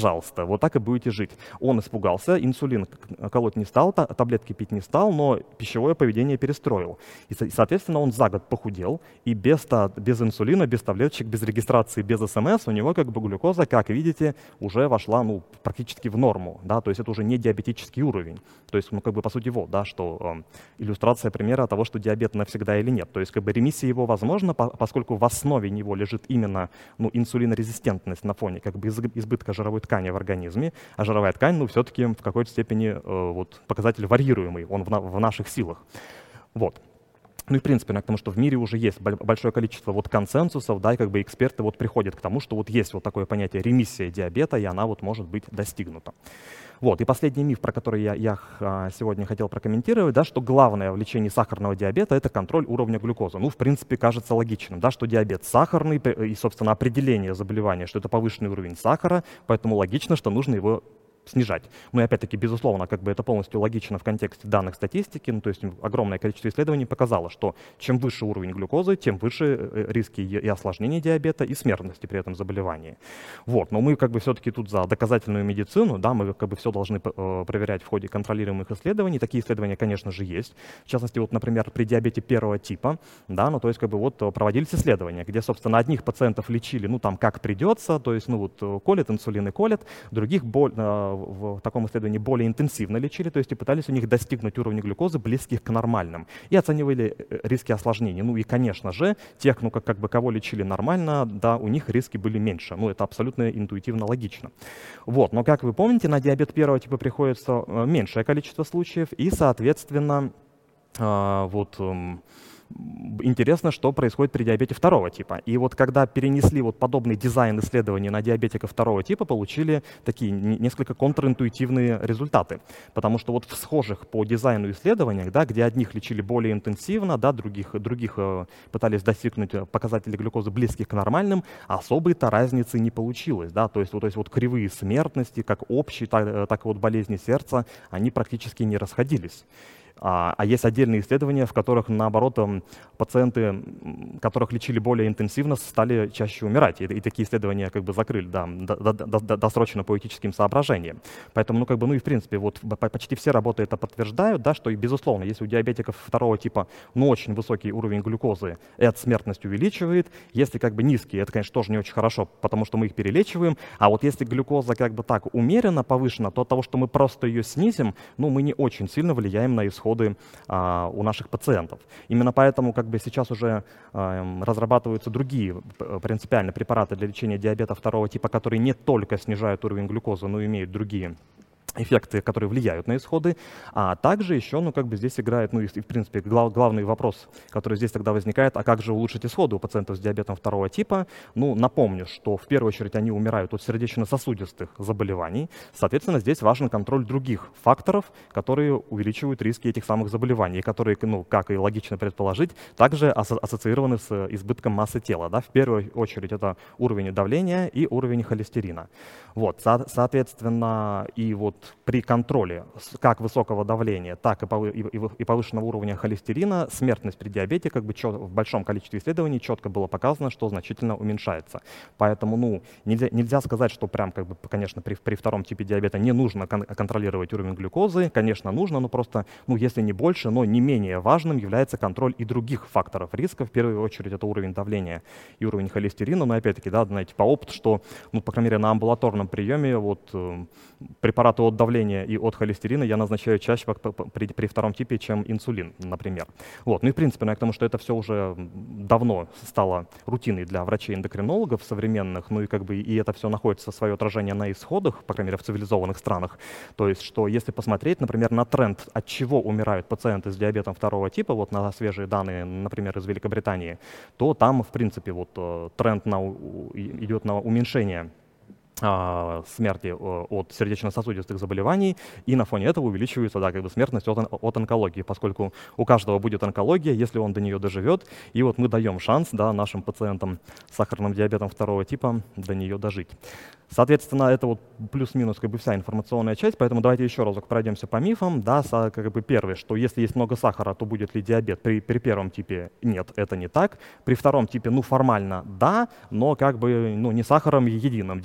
пожалуйста, вот так и будете жить. Он испугался, инсулин колоть не стал, таблетки пить не стал, но пищевое поведение перестроил. И, соответственно, он за год похудел, и без, без инсулина, без таблеточек, без регистрации, без СМС у него как бы глюкоза, как видите, уже вошла ну, практически в норму, да, то есть это уже не диабетический уровень. То есть, ну, как бы по сути вот, да, что э, иллюстрация примера того, что диабет навсегда или нет. То есть, как бы ремиссия его возможна, по, поскольку в основе него лежит именно ну, инсулинорезистентность на фоне как бы избытка жировой ткани в организме, а жировая ткань, ну, все-таки в какой-то степени э, вот, показатель варьируемый, он в, на, в наших силах. Вот. Ну и в принципе, ну, потому что в мире уже есть большое количество вот консенсусов, да, и как бы эксперты вот приходят к тому, что вот есть вот такое понятие ремиссия диабета, и она вот может быть достигнута. Вот, и последний миф, про который я, я сегодня хотел прокомментировать, да, что главное в лечении сахарного диабета – это контроль уровня глюкозы. Ну, в принципе, кажется логичным, да, что диабет сахарный, и, собственно, определение заболевания, что это повышенный уровень сахара, поэтому логично, что нужно его снижать. Ну и опять-таки, безусловно, как бы это полностью логично в контексте данных статистики, ну то есть огромное количество исследований показало, что чем выше уровень глюкозы, тем выше риски и осложнения диабета, и смертности при этом заболевании. Вот, но мы как бы все-таки тут за доказательную медицину, да, мы как бы все должны э, проверять в ходе контролируемых исследований. Такие исследования, конечно же, есть. В частности, вот, например, при диабете первого типа, да, ну то есть как бы вот проводились исследования, где, собственно, одних пациентов лечили, ну там как придется, то есть, ну вот колят инсулин и колят, других боль, э, в таком исследовании более интенсивно лечили, то есть и пытались у них достигнуть уровня глюкозы, близких к нормальным, и оценивали риски осложнений. Ну и, конечно же, тех, ну как, как бы кого лечили нормально, да, у них риски были меньше. Ну это абсолютно интуитивно логично. Вот, но как вы помните, на диабет первого типа приходится меньшее количество случаев, и, соответственно, вот интересно, что происходит при диабете второго типа. И вот когда перенесли вот подобный дизайн исследований на диабетиков второго типа, получили такие несколько контринтуитивные результаты. Потому что вот в схожих по дизайну исследованиях, да, где одних лечили более интенсивно, да, других, других э, пытались достигнуть показателей глюкозы близких к нормальным, особой-то разницы не получилось. Да? То есть, вот, то есть вот кривые смертности, как общие, так, так и вот болезни сердца, они практически не расходились. А, а есть отдельные исследования, в которых, наоборот, пациенты, которых лечили более интенсивно, стали чаще умирать. И, и такие исследования как бы закрыли, да, до, до, до, досрочно по этическим соображениям. Поэтому, ну, как бы, ну и в принципе, вот почти все работы это подтверждают, да, что и безусловно, если у диабетиков второго типа, ну, очень высокий уровень глюкозы, эта смертность увеличивает. Если как бы низкий, это, конечно, тоже не очень хорошо, потому что мы их перелечиваем. А вот если глюкоза как бы так умеренно повышена, то от того, что мы просто ее снизим, ну, мы не очень сильно влияем на исход А, у наших пациентов. Именно поэтому как бы сейчас уже а, разрабатываются другие принципиальные препараты для лечения диабета второго типа, которые не только снижают уровень глюкозы, но и имеют другие эффекты, которые влияют на исходы, а также еще, ну, как бы здесь играет, ну, и, в принципе, глав, главный вопрос, который здесь тогда возникает, а как же улучшить исходы у пациентов с диабетом второго типа? Ну, напомню, что в первую очередь они умирают от сердечно-сосудистых заболеваний, соответственно, здесь важен контроль других факторов, которые увеличивают риски этих самых заболеваний, которые, ну, как и логично предположить, также асо- ассоциированы с избытком массы тела, да, в первую очередь это уровень давления и уровень холестерина. Вот, со- соответственно, и вот при контроле как высокого давления, так и повышенного уровня холестерина смертность при диабете как бы в большом количестве исследований четко было показано, что значительно уменьшается. Поэтому ну, нельзя, нельзя сказать, что прям, как бы, конечно, при, при втором типе диабета не нужно кон- контролировать уровень глюкозы. Конечно, нужно, но просто, ну, если не больше, но не менее важным является контроль и других факторов риска. В первую очередь это уровень давления и уровень холестерина. Но опять-таки, да, знаете, по опыту, что, ну, по крайней мере, на амбулаторном приеме вот, э, препараты от давления и от холестерина я назначаю чаще при, при втором типе, чем инсулин, например. Вот. Ну и в принципе, ну, я к тому, что это все уже давно стало рутиной для врачей-эндокринологов современных, ну и как бы и это все находится свое отражение на исходах, по крайней мере, в цивилизованных странах. То есть, что если посмотреть, например, на тренд, от чего умирают пациенты с диабетом второго типа, вот на свежие данные, например, из Великобритании, то там, в принципе, вот тренд на, идет на уменьшение смерти от сердечно-сосудистых заболеваний, и на фоне этого увеличивается, да, как бы смертность от, от онкологии, поскольку у каждого будет онкология, если он до нее доживет, и вот мы даем шанс, да, нашим пациентам с сахарным диабетом второго типа до нее дожить. Соответственно, это вот плюс-минус как бы вся информационная часть, поэтому давайте еще разок пройдемся по мифам. Да, как бы первое, что если есть много сахара, то будет ли диабет? При, при первом типе нет, это не так. При втором типе, ну, формально да, но как бы, ну, не сахаром единым диабет может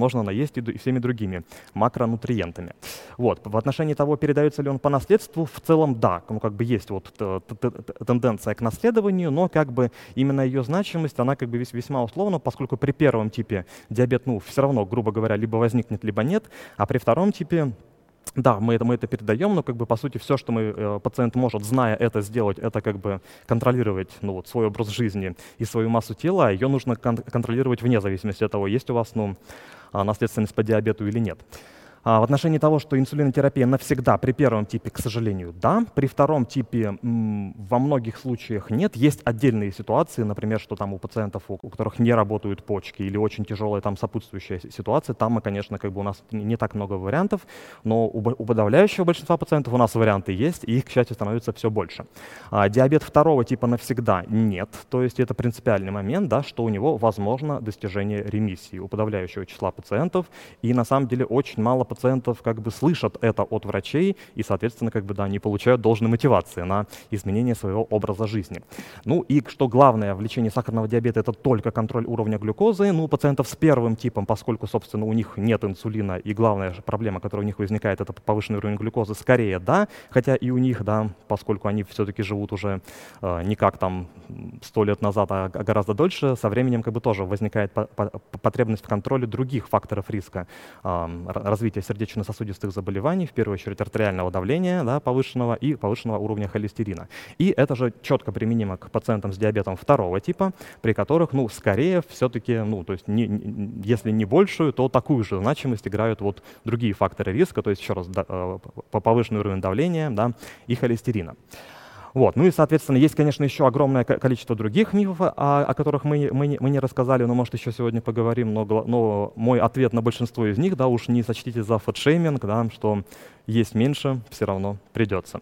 можно наесть и всеми другими макронутриентами. Вот. В отношении того, передается ли он по наследству, в целом да, ну, как бы есть вот тенденция к наследованию, но как бы именно ее значимость, она как бы весьма условна, поскольку при первом типе диабет, ну, все равно, грубо говоря, либо возникнет, либо нет, а при втором типе да, мы это, мы это передаем, но как бы по сути все, что мы, э, пациент может, зная это, сделать, это как бы контролировать ну, вот, свой образ жизни и свою массу тела. Ее нужно кон- контролировать вне зависимости от того, есть у вас ну, наследственность по диабету или нет. В отношении того, что инсулинотерапия навсегда при первом типе, к сожалению, да. При втором типе м, во многих случаях нет. Есть отдельные ситуации, например, что там у пациентов, у, у которых не работают почки или очень тяжелая там сопутствующая ситуация, там мы, конечно, как бы у нас не так много вариантов, но у, у подавляющего большинства пациентов у нас варианты есть, и их, к счастью, становится все больше. А, диабет второго типа навсегда нет, то есть это принципиальный момент, да, что у него возможно достижение ремиссии у подавляющего числа пациентов, и на самом деле очень мало пациентов пациентов как бы слышат это от врачей и, соответственно, как бы, да, не получают должной мотивации на изменение своего образа жизни. Ну и что главное в лечении сахарного диабета — это только контроль уровня глюкозы. Ну, у пациентов с первым типом, поскольку, собственно, у них нет инсулина, и главная же проблема, которая у них возникает, это повышенный уровень глюкозы, скорее да, хотя и у них, да, поскольку они все-таки живут уже э, не как там сто лет назад, а гораздо дольше, со временем как бы тоже возникает по- по- потребность в контроле других факторов риска э, развития сердечно-сосудистых заболеваний, в первую очередь артериального давления, да, повышенного и повышенного уровня холестерина. И это же четко применимо к пациентам с диабетом второго типа, при которых, ну, скорее все-таки, ну, то есть не, не, если не большую, то такую же значимость играют вот другие факторы риска, то есть еще раз да, повышенный уровень давления, да, и холестерина. Вот. Ну и, соответственно, есть, конечно, еще огромное количество других мифов, о, о которых мы, мы, не, мы не рассказали, но, может, еще сегодня поговорим, но, но мой ответ на большинство из них, да, уж не сочтите за фэтшейминг, да, что есть меньше, все равно придется.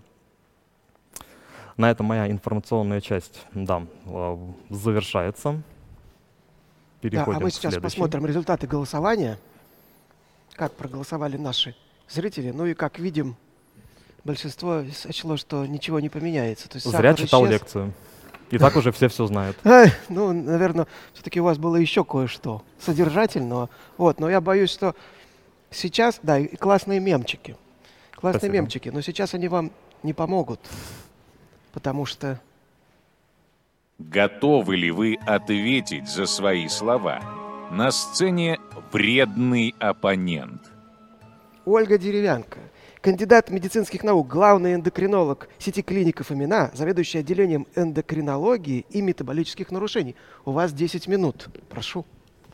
На этом моя информационная часть, да, завершается. Переходим да, а мы сейчас к посмотрим результаты голосования, как проголосовали наши зрители, ну и как видим, большинство сочло, что ничего не поменяется. То есть Зря читал исчез. лекцию. И так уже все все знают. Ну, наверное, все-таки у вас было еще кое-что содержательного. Вот, но я боюсь, что сейчас, да, и классные мемчики. Классные Спасибо. мемчики, но сейчас они вам не помогут, потому что... Готовы ли вы ответить за свои слова? На сцене вредный оппонент. Ольга Деревянко, кандидат медицинских наук, главный эндокринолог сети клиник Фомина, заведующий отделением эндокринологии и метаболических нарушений. У вас десять минут. Прошу.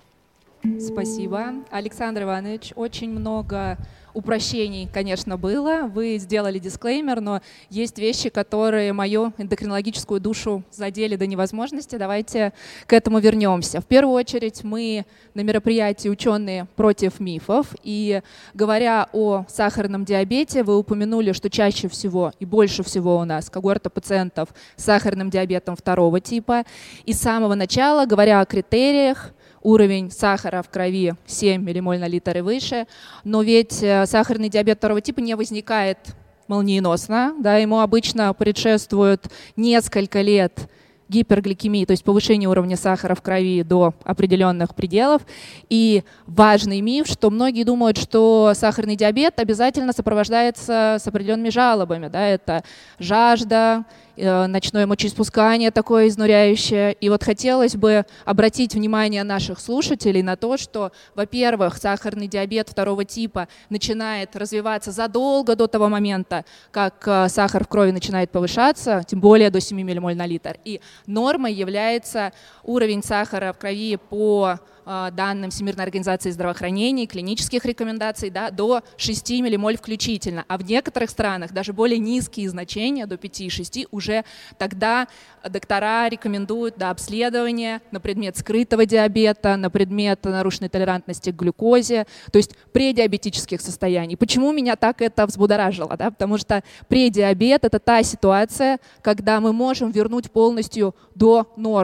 Спасибо. Александр Иванович, очень много упрощений, конечно, было. Вы сделали дисклеймер, но есть вещи, которые мою эндокринологическую душу задели до невозможности. Давайте к этому вернемся. В первую очередь мы на мероприятии «Ученые против мифов». И говоря о сахарном диабете, вы упомянули, что чаще всего и больше всего у нас когорта пациентов с сахарным диабетом второго типа. И с самого начала, говоря о критериях, уровень сахара в крови семь миллимоль на литр и выше, но ведь сахарный диабет второго типа не возникает молниеносно, да, ему обычно предшествует несколько лет гипергликемии, то есть повышение уровня сахара в крови до определенных пределов. И важный миф, что многие думают, что сахарный диабет обязательно сопровождается с определенными жалобами. Да, это жажда, ночное мочеиспускание такое изнуряющее. И вот хотелось бы обратить внимание наших слушателей на то, что, во-первых, сахарный диабет второго типа начинает развиваться задолго до того момента, как сахар в крови начинает повышаться, тем более до семи миллимоль на литр. И нормой является уровень сахара в крови по данным Всемирной организации здравоохранения, клинических рекомендаций, да, до шести миллимоль включительно. А в некоторых странах даже более низкие значения, до пяти-шести, уже тогда доктора рекомендуют да, обследование на предмет скрытого диабета, на предмет нарушенной толерантности к глюкозе, то есть предиабетических состояний. Почему меня так это взбудоражило? Да? Потому что предиабет — это та ситуация, когда мы можем вернуть полностью до нормы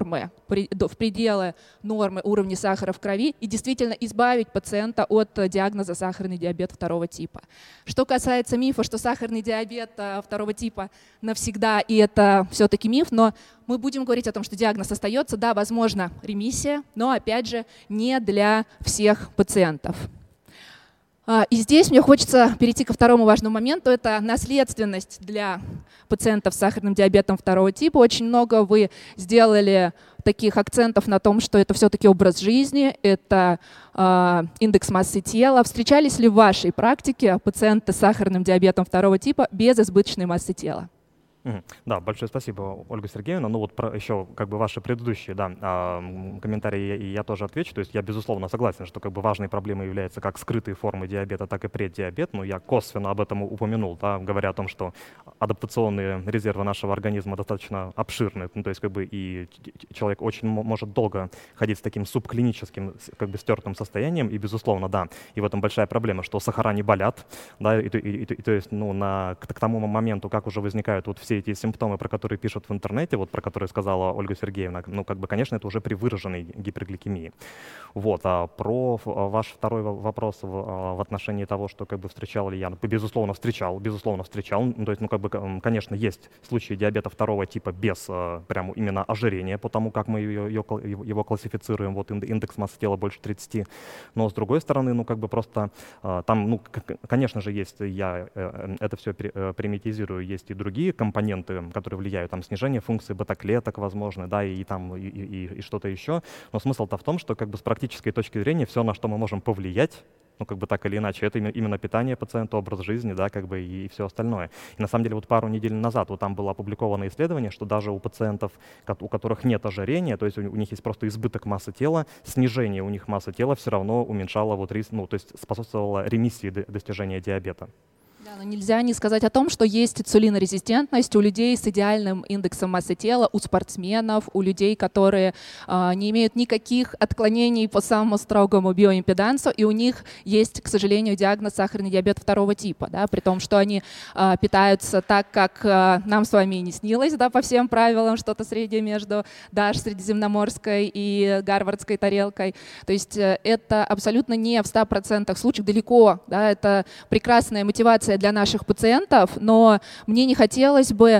в пределы нормы уровня сахара в крови и действительно избавить пациента от диагноза сахарный диабет второго типа. Что касается мифа, что сахарный диабет второго типа навсегда, и это все-таки миф, но мы будем говорить о том, что диагноз остается, да, возможно, ремиссия, но опять же не для всех пациентов. И здесь мне хочется перейти ко второму важному моменту. Это наследственность для пациентов с сахарным диабетом второго типа. Очень много вы сделали таких акцентов на том, что это все-таки образ жизни, это э, индекс массы тела. Встречались ли в вашей практике пациенты с сахарным диабетом второго типа без избыточной массы тела? Да, большое спасибо, Ольга Сергеевна. Ну вот про еще как бы ваши предыдущие, да, комментарии и я тоже отвечу. То есть я безусловно согласен, что как бы важной проблемой являются как скрытые формы диабета, так и преддиабет. Но я косвенно об этом упомянул, да, говоря о том, что адаптационные резервы нашего организма достаточно обширны. Ну, то есть как бы и человек очень может долго ходить с таким субклиническим, как бы стертым состоянием. И безусловно, да, и в этом большая проблема, что сахара не болят, да, и, и, и, и то есть ну на к, к тому моменту, как уже возникают вот все эти симптомы, про которые пишут в интернете, вот про которые сказала Ольга Сергеевна, ну, как бы, конечно, это уже при выраженной гипергликемии. Вот, а про ваш второй вопрос в, в отношении того, что, как бы, встречал ли я, безусловно, встречал, безусловно, встречал, ну, то есть, ну, как бы, конечно, есть случаи диабета второго типа без прямо именно ожирения, потому как мы ее, его классифицируем, вот, индекс массы тела больше тридцати, но, с другой стороны, ну, как бы, просто там, ну, конечно же, есть, я это все примитизирую, есть и другие компоненты, которые влияют, там, снижение функции бета-клеток, возможно, да, и, и там, и, и, и что-то еще. Но смысл-то в том, что, как бы, с практической точки зрения все, на что мы можем повлиять, ну, как бы так или иначе, это именно питание пациента, образ жизни, да, как бы, и, и все остальное. И на самом деле вот пару недель назад вот там было опубликовано исследование, что даже у пациентов, у которых нет ожирения, то есть у, у них есть просто избыток массы тела, снижение у них массы тела все равно уменьшало вот риск, ну, то есть способствовало ремиссии достижения диабета. Да, но нельзя не сказать о том, что есть инсулинорезистентность у людей с идеальным индексом массы тела, у спортсменов, у людей, которые э, не имеют никаких отклонений по самому строгому биоимпедансу, и у них есть, к сожалению, диагноз сахарный диабет второго типа, да, при том, что они э, питаются так, как э, нам с вами и не снилось, да, по всем правилам, что-то среднее между даже средиземноморской и гарвардской тарелкой. То есть э, это абсолютно не в ста процентах случаев, далеко, да, это прекрасная мотивация для наших пациентов, но мне не хотелось бы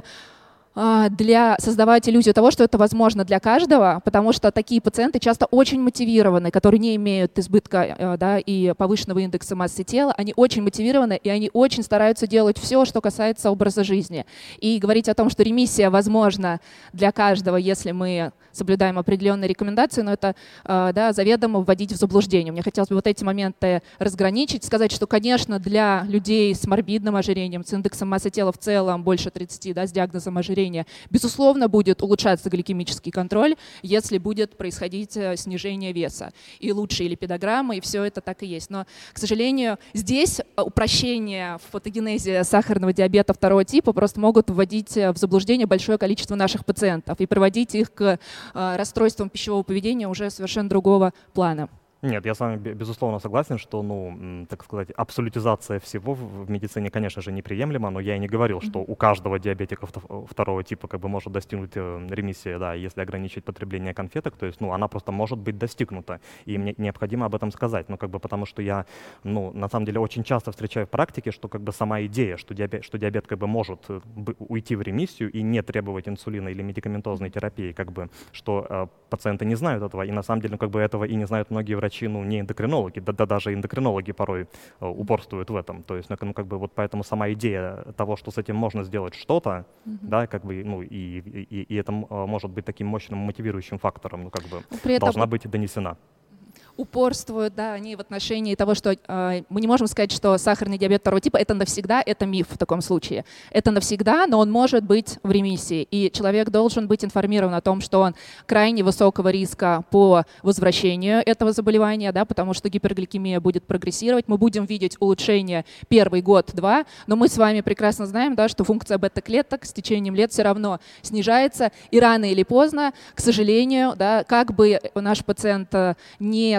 для создавать иллюзию того, что это возможно для каждого, потому что такие пациенты часто очень мотивированы, которые не имеют избытка, да, и повышенного индекса массы тела, они очень мотивированы, и они очень стараются делать все, что касается образа жизни. И говорить о том, что ремиссия возможна для каждого, если мы соблюдаем определенные рекомендации, но это, да, заведомо вводить в заблуждение. Мне хотелось бы вот эти моменты разграничить, сказать, что, конечно, для людей с морбидным ожирением, с индексом массы тела в целом больше тридцати, да, с диагнозом ожирения, безусловно, будет улучшаться гликемический контроль, если будет происходить снижение веса. И лучшие липидограммы, и все это так и есть. Но, к сожалению, здесь упрощение в патогенезе сахарного диабета второго типа просто могут вводить в заблуждение большое количество наших пациентов и приводить их к расстройствам пищевого поведения уже совершенно другого плана. Нет, я с вами безусловно согласен, что, ну, так сказать, абсолютизация всего в медицине, конечно же, неприемлема, но я и не говорил, что у каждого диабетика второго типа как бы может достигнуть ремиссия, да, если ограничить потребление конфеток, то есть, ну, она просто может быть достигнута, и мне необходимо об этом сказать, ну, как бы потому что я, ну, на самом деле очень часто встречаю в практике, что как бы сама идея, что диабет, что диабет как бы может уйти в ремиссию и не требовать инсулина или медикаментозной терапии, как бы, что э, пациенты не знают этого, и на самом деле, ну, как бы этого и не знают многие врачи, врачи, ну, не эндокринологи, да, да даже эндокринологи порой э, упорствуют в этом. То есть, ну, как бы вот поэтому сама идея того, что с этим можно сделать что-то, mm-hmm. да, как бы, ну, и, и, и это может быть таким мощным мотивирующим фактором, ну, как бы При должна этом... быть донесена. Упорствуют, да, они в отношении того, что э, мы не можем сказать, что сахарный диабет второго типа — это навсегда, это миф в таком случае. Это навсегда, но он может быть в ремиссии. И человек должен быть информирован о том, что он крайне высокого риска по возвращению этого заболевания, да, потому что гипергликемия будет прогрессировать. Мы будем видеть улучшение первый год-два, но мы с вами прекрасно знаем, да, что функция бета-клеток с течением лет все равно снижается. И рано или поздно, к сожалению, да, как бы наш пациент не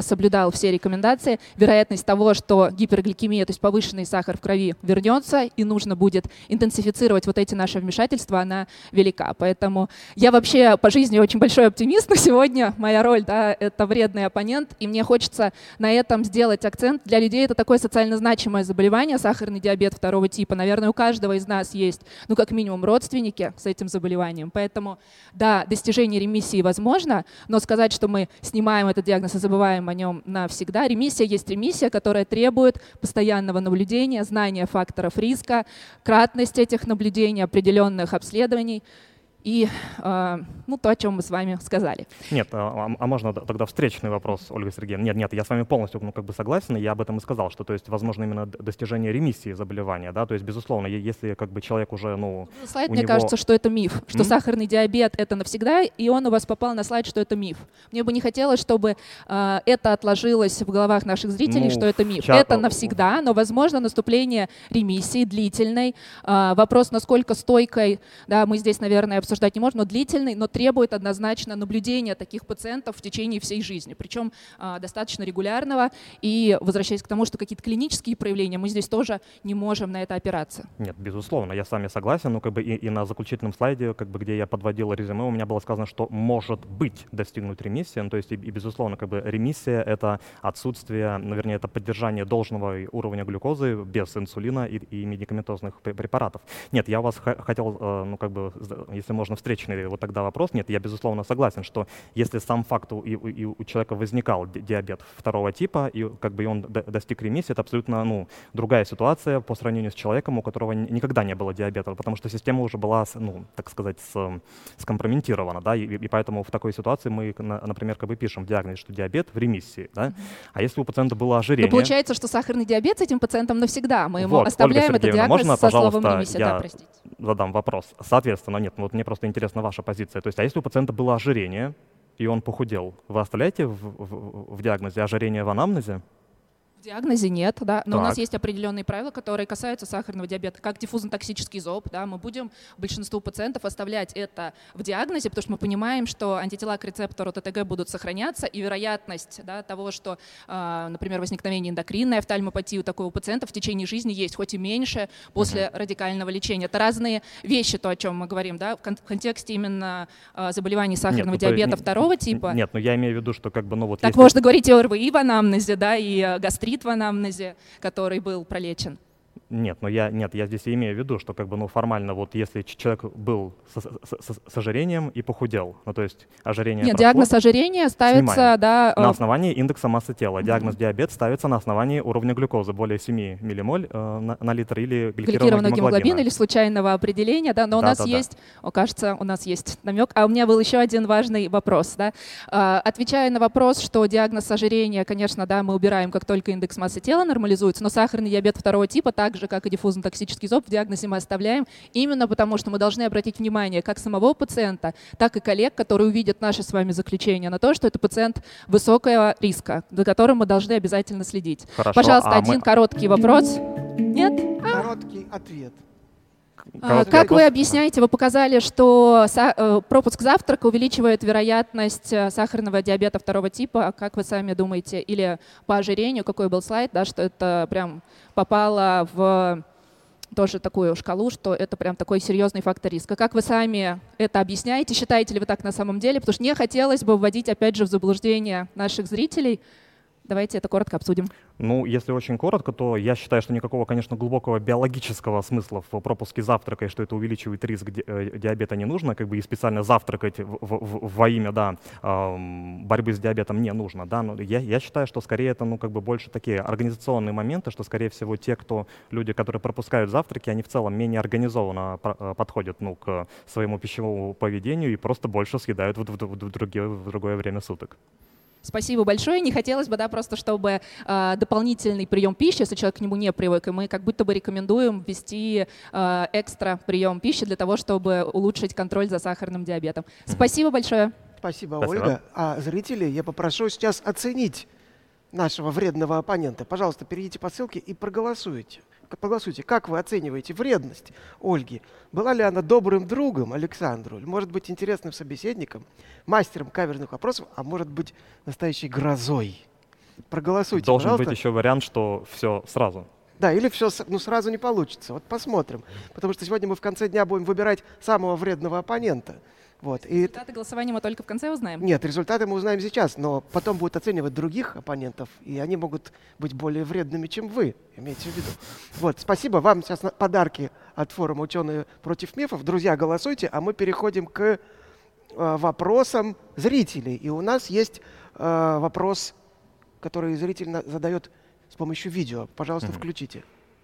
соблюдал все рекомендации, вероятность того, что гипергликемия, то есть повышенный сахар в крови, вернется, и нужно будет интенсифицировать вот эти наши вмешательства, она велика. Поэтому я вообще по жизни очень большой оптимист, но сегодня моя роль, да, это вредный оппонент, и мне хочется на этом сделать акцент. Для людей это такое социально значимое заболевание, сахарный диабет второго типа. Наверное, у каждого из нас есть, ну, как минимум, родственники с этим заболеванием. Поэтому, да, достижение ремиссии возможно, но сказать, что мы снимаем этот диагноз и забываем о нем навсегда. Ремиссия есть ремиссия, которая требует постоянного наблюдения, знания факторов риска, кратность этих наблюдений, определенных обследований и э, ну, то, о чем мы с вами сказали. Нет, а, а можно тогда встречный вопрос, Ольга Сергеевна? Нет, нет, я с вами полностью ну, как бы согласен, и я об этом и сказал, что то есть возможно именно достижение ремиссии заболевания, да, то есть безусловно, если как бы человек уже, ну, слайд, у мне него... кажется, что это миф, что Mm-hmm. сахарный диабет это навсегда, и он у вас попал на слайд, что это миф. Мне бы не хотелось, чтобы э, это отложилось в головах наших зрителей, Ну, что это миф. ча- Это навсегда, но возможно наступление ремиссии длительной. Э, вопрос, насколько стойкой, да, мы здесь, наверное, обсуждать не можем, но длительной, но требует однозначно наблюдения таких пациентов в течение всей жизни, причем э, достаточно регулярного. И возвращаясь к тому, что какие-то клинические проявления, мы здесь тоже не можем на это опираться. Нет, безусловно, я с вами согласен, ну как бы и, и на заключительном слайде, как бы где я подводил резюме, у меня было сказано, что может быть достигнут ремиссия, ну, то есть и, и безусловно, как бы ремиссия — это отсутствие, ну, вернее, это поддержание должного уровня глюкозы без инсулина и, и медикаментозных препаратов. Нет, я у вас х- хотел, э, ну как бы, если можно, встречный вот тогда вопрос. Нет, я безусловно согласен, что если сам факт у, и, и у человека возникал диабет второго типа, и как бы и он д- достиг ремиссии, это абсолютно ну, другая ситуация по сравнению с человеком, у которого никогда не было диабета, потому что система уже была, ну, так сказать, с, скомпрометирована, да, и, и поэтому в такой ситуации мы, на, например, как бы пишем в диагнозе, что диабет в ремиссии, да, а если у пациента было ожирение... Но получается, что сахарный диабет с этим пациентом навсегда, мы ему вот, оставляем Ольга этот Сергеевна, диагноз можно, со словом пожалуйста, ремиссия. я Да, простите. задам вопрос. Соответственно, нет, ну вот мне просто интересна ваша позиция. То есть, а если у пациента было ожирение, и он похудел, вы оставляете в, в, в диагнозе ожирение в анамнезе? В диагнозе нет, да, но Так. у нас есть определенные правила, которые касаются сахарного диабета, как диффузно-токсический зоб, да, мы будем большинству пациентов оставлять это в диагнозе, потому что мы понимаем, что антитела к рецептору ТТГ будут сохраняться, и вероятность, да, того, что, э, например, возникновение эндокринной офтальмопатии у такого пациента в течение жизни есть, хоть и меньше после uh-huh. радикального лечения. Это разные вещи, то, о чем мы говорим, да, в, кон- в контексте именно э, заболеваний сахарного нет, диабета ну, второго типа. Нет, но я имею в виду, что как бы, ну вот Так если... можно говорить и о РВИ в анамнезе, да, и э, гастрит в анамнезе, который был пролечен. Нет, но я, нет, я здесь имею в виду, что как бы, ну, формально, вот если человек был с, с, с, с ожирением и похудел, ну, то есть ожирение Нет, прошло, диагноз ожирения ставится, снимаем. да... На э, основании индекса массы тела. Диагноз mm-hmm. диабет ставится на основании уровня глюкозы более семь миллимоль э, на, на литр или гликированного гликированного гемоглобина. гемоглобина или случайного определения, да, но у Да, нас да, есть, о, кажется, у нас есть намек. А у меня был еще один важный вопрос, да. Э, отвечая на вопрос, что диагноз ожирения, конечно, да, мы убираем, как только индекс массы тела нормализуется, но сахарный диабет второго типа, так же, как и диффузно-токсический зоб, в диагнозе мы оставляем именно потому, что мы должны обратить внимание как самого пациента, так и коллег, которые увидят наше с вами заключение на то, что это пациент высокого риска, за которым мы должны обязательно следить. Хорошо, Пожалуйста, а один мы... короткий вопрос. Нет? Короткий ответ. А, как вы объясняете, вы показали, что са- э, пропуск завтрака увеличивает вероятность э, сахарного диабета второго типа. А как вы сами думаете? Или по ожирению, какой был слайд, да, что это прям попало в тоже такую шкалу, что это прям такой серьезный фактор риска. Как вы сами это объясняете? Считаете ли вы так на самом деле? Потому что не хотелось бы вводить, опять же, в заблуждение наших зрителей. Давайте это коротко обсудим. Ну, если очень коротко, то я считаю, что никакого, конечно, глубокого биологического смысла в пропуске завтрака, и что это увеличивает риск ди- э, диабета, не нужно, как бы и специально завтракать в, в, во имя, да, эм, борьбы с диабетом не нужно, да, но я, я считаю, что скорее это, ну, как бы больше такие организационные моменты, что, скорее всего, те, кто, люди, которые пропускают завтраки, они в целом менее организованно про- подходят, ну, к своему пищевому поведению и просто больше съедают в, в, в, в, другие, в другое время суток. Спасибо большое. Не хотелось бы, да, просто чтобы э, дополнительный прием пищи, если человек к нему не привык, и мы как будто бы рекомендуем ввести э, экстра прием пищи для того, чтобы улучшить контроль за сахарным диабетом. Спасибо большое. Спасибо, Спасибо. Ольга. А зрители, я попрошу сейчас оценить нашего вредного оппонента. Пожалуйста, перейдите по ссылке и проголосуйте. Проголосуйте, как вы оцениваете вредность Ольги? Была ли она добрым другом Александру? Или, может быть, интересным собеседником, мастером каверзных вопросов, а может быть, настоящей грозой? проголосуйте, Должен пожалуйста. быть еще вариант, что все сразу. Да, или все ну, сразу не получится. Вот посмотрим. Потому что сегодня мы в конце дня будем выбирать самого вредного оппонента. Вот. И... Результаты голосования мы только в конце узнаем? Нет, результаты мы узнаем сейчас, но потом будут оценивать других оппонентов, и они могут быть более вредными, чем вы, имейте в виду. Вот, спасибо. Вам сейчас подарки от форума «Ученые против мифов». Друзья, голосуйте, а мы переходим к э, вопросам зрителей. И у нас есть э, вопрос, который зритель задает с помощью видео. Пожалуйста, mm-hmm. включите.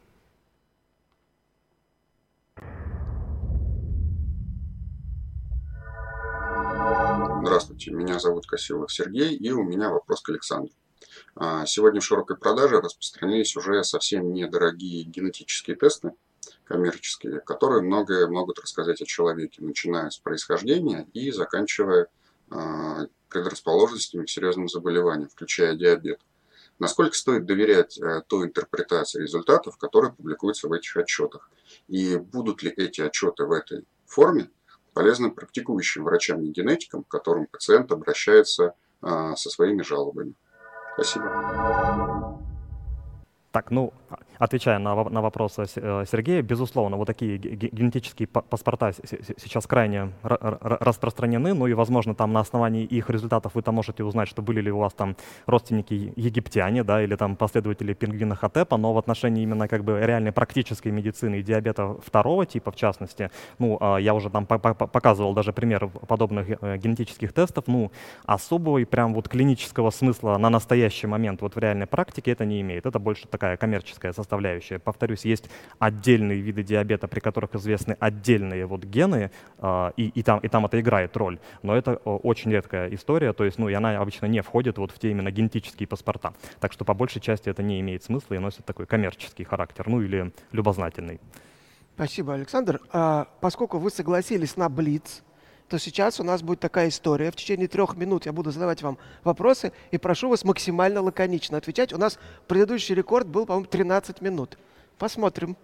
Здравствуйте, меня зовут Косилов Сергей, и у меня вопрос к Александру. Сегодня в широкой продаже распространились уже совсем недорогие генетические тесты, коммерческие, которые многое могут рассказать о человеке, начиная с происхождения и заканчивая предрасположенностями к серьезным заболеваниям, включая диабет. Насколько стоит доверять той интерпретации результатов, которые публикуются в этих отчетах? И будут ли эти отчеты в этой форме полезным практикующим врачам и генетикам, к которым пациент обращается а, со своими жалобами? Спасибо. Так, ну, отвечая на, на вопрос Сергея, безусловно, вот такие генетические паспорта сейчас крайне распространены, ну и, возможно, там на основании их результатов вы там можете узнать, что были ли у вас там родственники египтяне, да, или там последователи пингвина Хотепа, но в отношении именно как бы реальной практической медицины и диабета второго типа, в частности, ну, я уже там показывал даже пример подобных генетических тестов, ну, особого и прям вот клинического смысла на настоящий момент вот в реальной практике это не имеет, это больше такая коммерческая составляющая. Повторюсь, есть отдельные виды диабета, при которых известны отдельные вот гены, э, и, и, там, и там это играет роль, но это э, очень редкая история, то есть, ну, и она обычно не входит вот в те именно генетические паспорта. Так что по большей части это не имеет смысла и носит такой коммерческий характер, ну или любознательный. Спасибо, Александр. А, поскольку вы согласились на блиц, то сейчас у нас будет такая история. В течение трех минут я буду задавать вам вопросы и прошу вас максимально лаконично отвечать. У нас предыдущий рекорд был, по-моему, тринадцать минут. Посмотрим.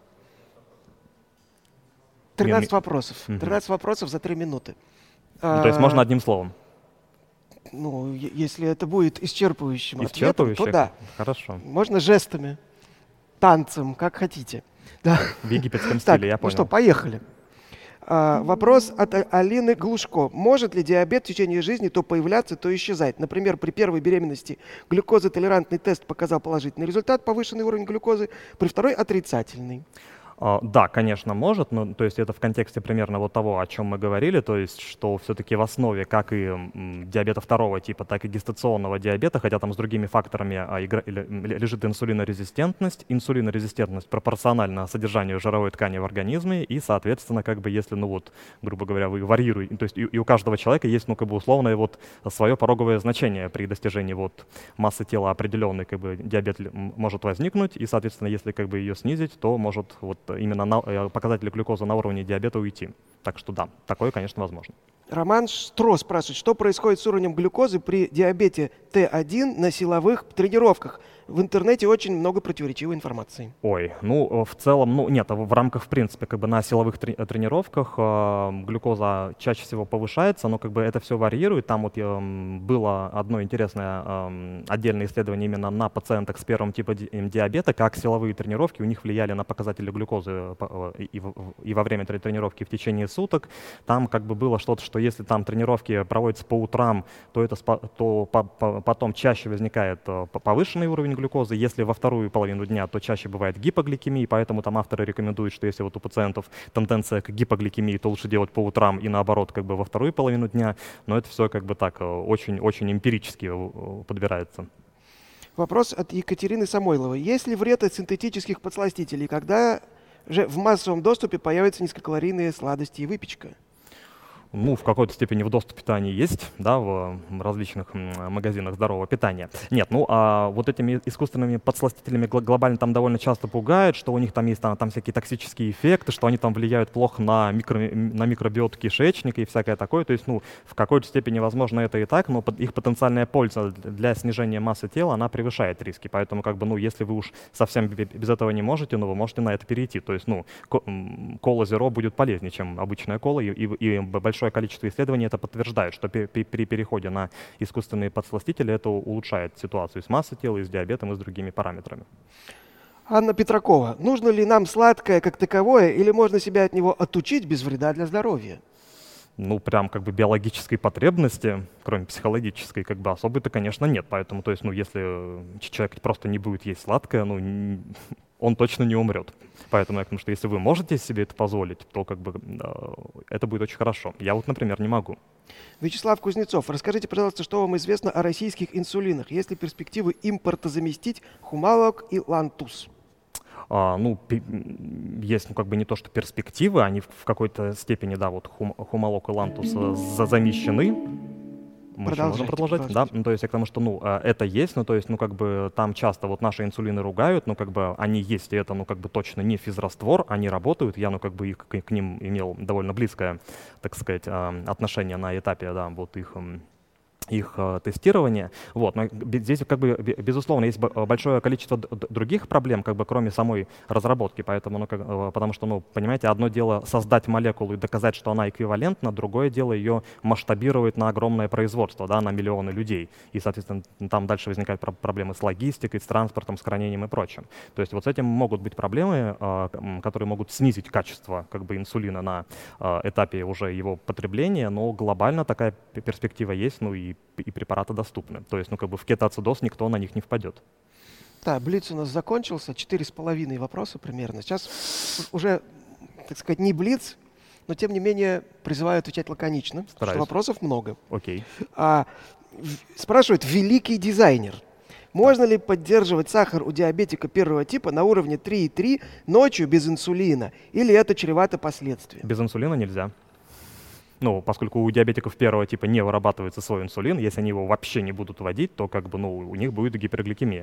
тринадцать вопросов. тринадцать вопросов за три минуты. Ну, то есть можно одним словом? Ну, если это будет исчерпывающим Исчерпывающим? ответом, то да. Хорошо. Можно жестами, танцем, как хотите. Да. В египетском так, стиле, я понял. Ну что, поехали. А, вопрос от Алины Глушко. Может ли диабет в течение жизни то появляться, то исчезать? Например, при первой беременности глюкозотолерантный тест показал положительный результат, повышенный уровень глюкозы, при второй отрицательный. Да, конечно, может, но то есть это в контексте примерно вот того, о чем мы говорили, то есть что все-таки в основе как и диабета второго типа, так и гестационного диабета, хотя там с другими факторами лежит инсулинорезистентность. Инсулинорезистентность пропорциональна содержанию жировой ткани в организме, и, соответственно, как бы если, ну вот, грубо говоря, вы варьируете, то есть и, и у каждого человека есть, ну, как бы условное вот свое пороговое значение при достижении вот массы тела определенной, как бы диабет может возникнуть, и, соответственно, если как бы ее снизить, то может вот именно на, показатели глюкозы на уровне диабета уйти. Так что да, такое, конечно, возможно. Роман Штро спрашивает, что происходит с уровнем глюкозы при диабете Т один на силовых тренировках? В интернете очень много противоречивой информации. Ой, ну в целом, ну нет, в рамках, в принципе, как бы на силовых трени- тренировках э, глюкоза чаще всего повышается, но как бы это все варьирует. Там вот э, было одно интересное э, отдельное исследование именно на пациентах с первым типом ди- диабета, как силовые тренировки у них влияли на показатели глюкозы э, и, в, и во время тренировки в течение суток. Там как бы было что-то, что если там тренировки проводятся по утрам, то, это, то по, по, потом чаще возникает повышенный уровень глюкозы. Если во вторую половину дня, то чаще бывает гипогликемия, поэтому там авторы рекомендуют, что если вот у пациентов тенденция к гипогликемии, то лучше делать по утрам и наоборот как бы во вторую половину дня. Но это все как бы так очень-очень эмпирически подбирается. Вопрос от Екатерины Самойловой. Есть ли вред от синтетических подсластителей, когда же в массовом доступе появятся низкокалорийные сладости и выпечка? Ну, в какой-то степени в доступе-то они есть, да, в различных магазинах здорового питания. Нет, ну, а вот этими искусственными подсластителями глобально там довольно часто пугают, что у них там есть там, там всякие токсические эффекты, что они там влияют плохо на, микро, на микробиоту кишечника и всякое такое. То есть, ну, в какой-то степени, возможно, это и так, но их потенциальная польза для снижения массы тела, она превышает риски. Поэтому, как бы, ну, если вы уж совсем без этого не можете, ну, вы можете на это перейти. То есть, ну, кола зеро будет полезнее, чем обычная кола, и, и, и большое большое количество исследований это подтверждает, что при, при переходе на искусственные подсластители это улучшает ситуацию с массой тела, и с диабетом, и с другими параметрами. Анна Петракова. Нужно ли нам сладкое как таковое, или можно себя от него отучить без вреда для здоровья? Ну, прям как бы биологической потребности, кроме психологической, как бы особой-то, конечно, нет. Поэтому, то есть, ну, если человек просто не будет есть сладкое, ну, он точно не умрет. Поэтому я думаю, что если вы можете себе это позволить, то как бы это будет очень хорошо. Я вот, например, не могу. Вячеслав Кузнецов, расскажите, пожалуйста, что вам известно о российских инсулинах? Есть ли перспективы импортозаместить Хумалок и Лантус? А, ну, есть, ну, как бы не то, что перспективы, они в, в какой-то степени, да, вот хум, Хумалок и Лантус за, замещены. Мы еще можем продолжать? Да, ну, то есть я к тому, что, ну, это есть, ну, то есть, ну, как бы там часто вот наши инсулины ругают, ну, как бы они есть, и это, ну, как бы точно не физраствор, они работают, я, ну, как бы их, к, к ним имел довольно близкое, так сказать, отношение на этапе, да, вот их их э, тестирования. Вот. Но здесь, как бы, безусловно, есть большое количество других проблем, как бы, кроме самой разработки. Поэтому, ну, как, э, потому что, ну, понимаете, одно дело создать молекулу и доказать, что она эквивалентна, другое дело ее масштабировать на огромное производство, да, на миллионы людей. И, соответственно, там дальше возникают про- проблемы с логистикой, с транспортом, с хранением и прочим. То есть вот с этим могут быть проблемы, э, которые могут снизить качество, как бы, инсулина на э, этапе уже его потребления, но глобально такая перспектива есть, ну, и и препараты доступны. То есть, ну, как бы в кетоацидоз никто на них не впадет. Да, блиц у нас закончился, четыре с половиной вопроса примерно. Сейчас уже, так сказать, не блиц, но тем не менее призываю отвечать лаконично, потому что вопросов много. Окей. А, спрашивает великий дизайнер. Можно ли поддерживать сахар у диабетика первого типа на уровне три и три ночью без инсулина? Или это чревато последствиями? Без инсулина нельзя. Ну, поскольку у диабетиков первого типа не вырабатывается свой инсулин, если они его вообще не будут вводить, то как бы, ну, у них будет гипергликемия.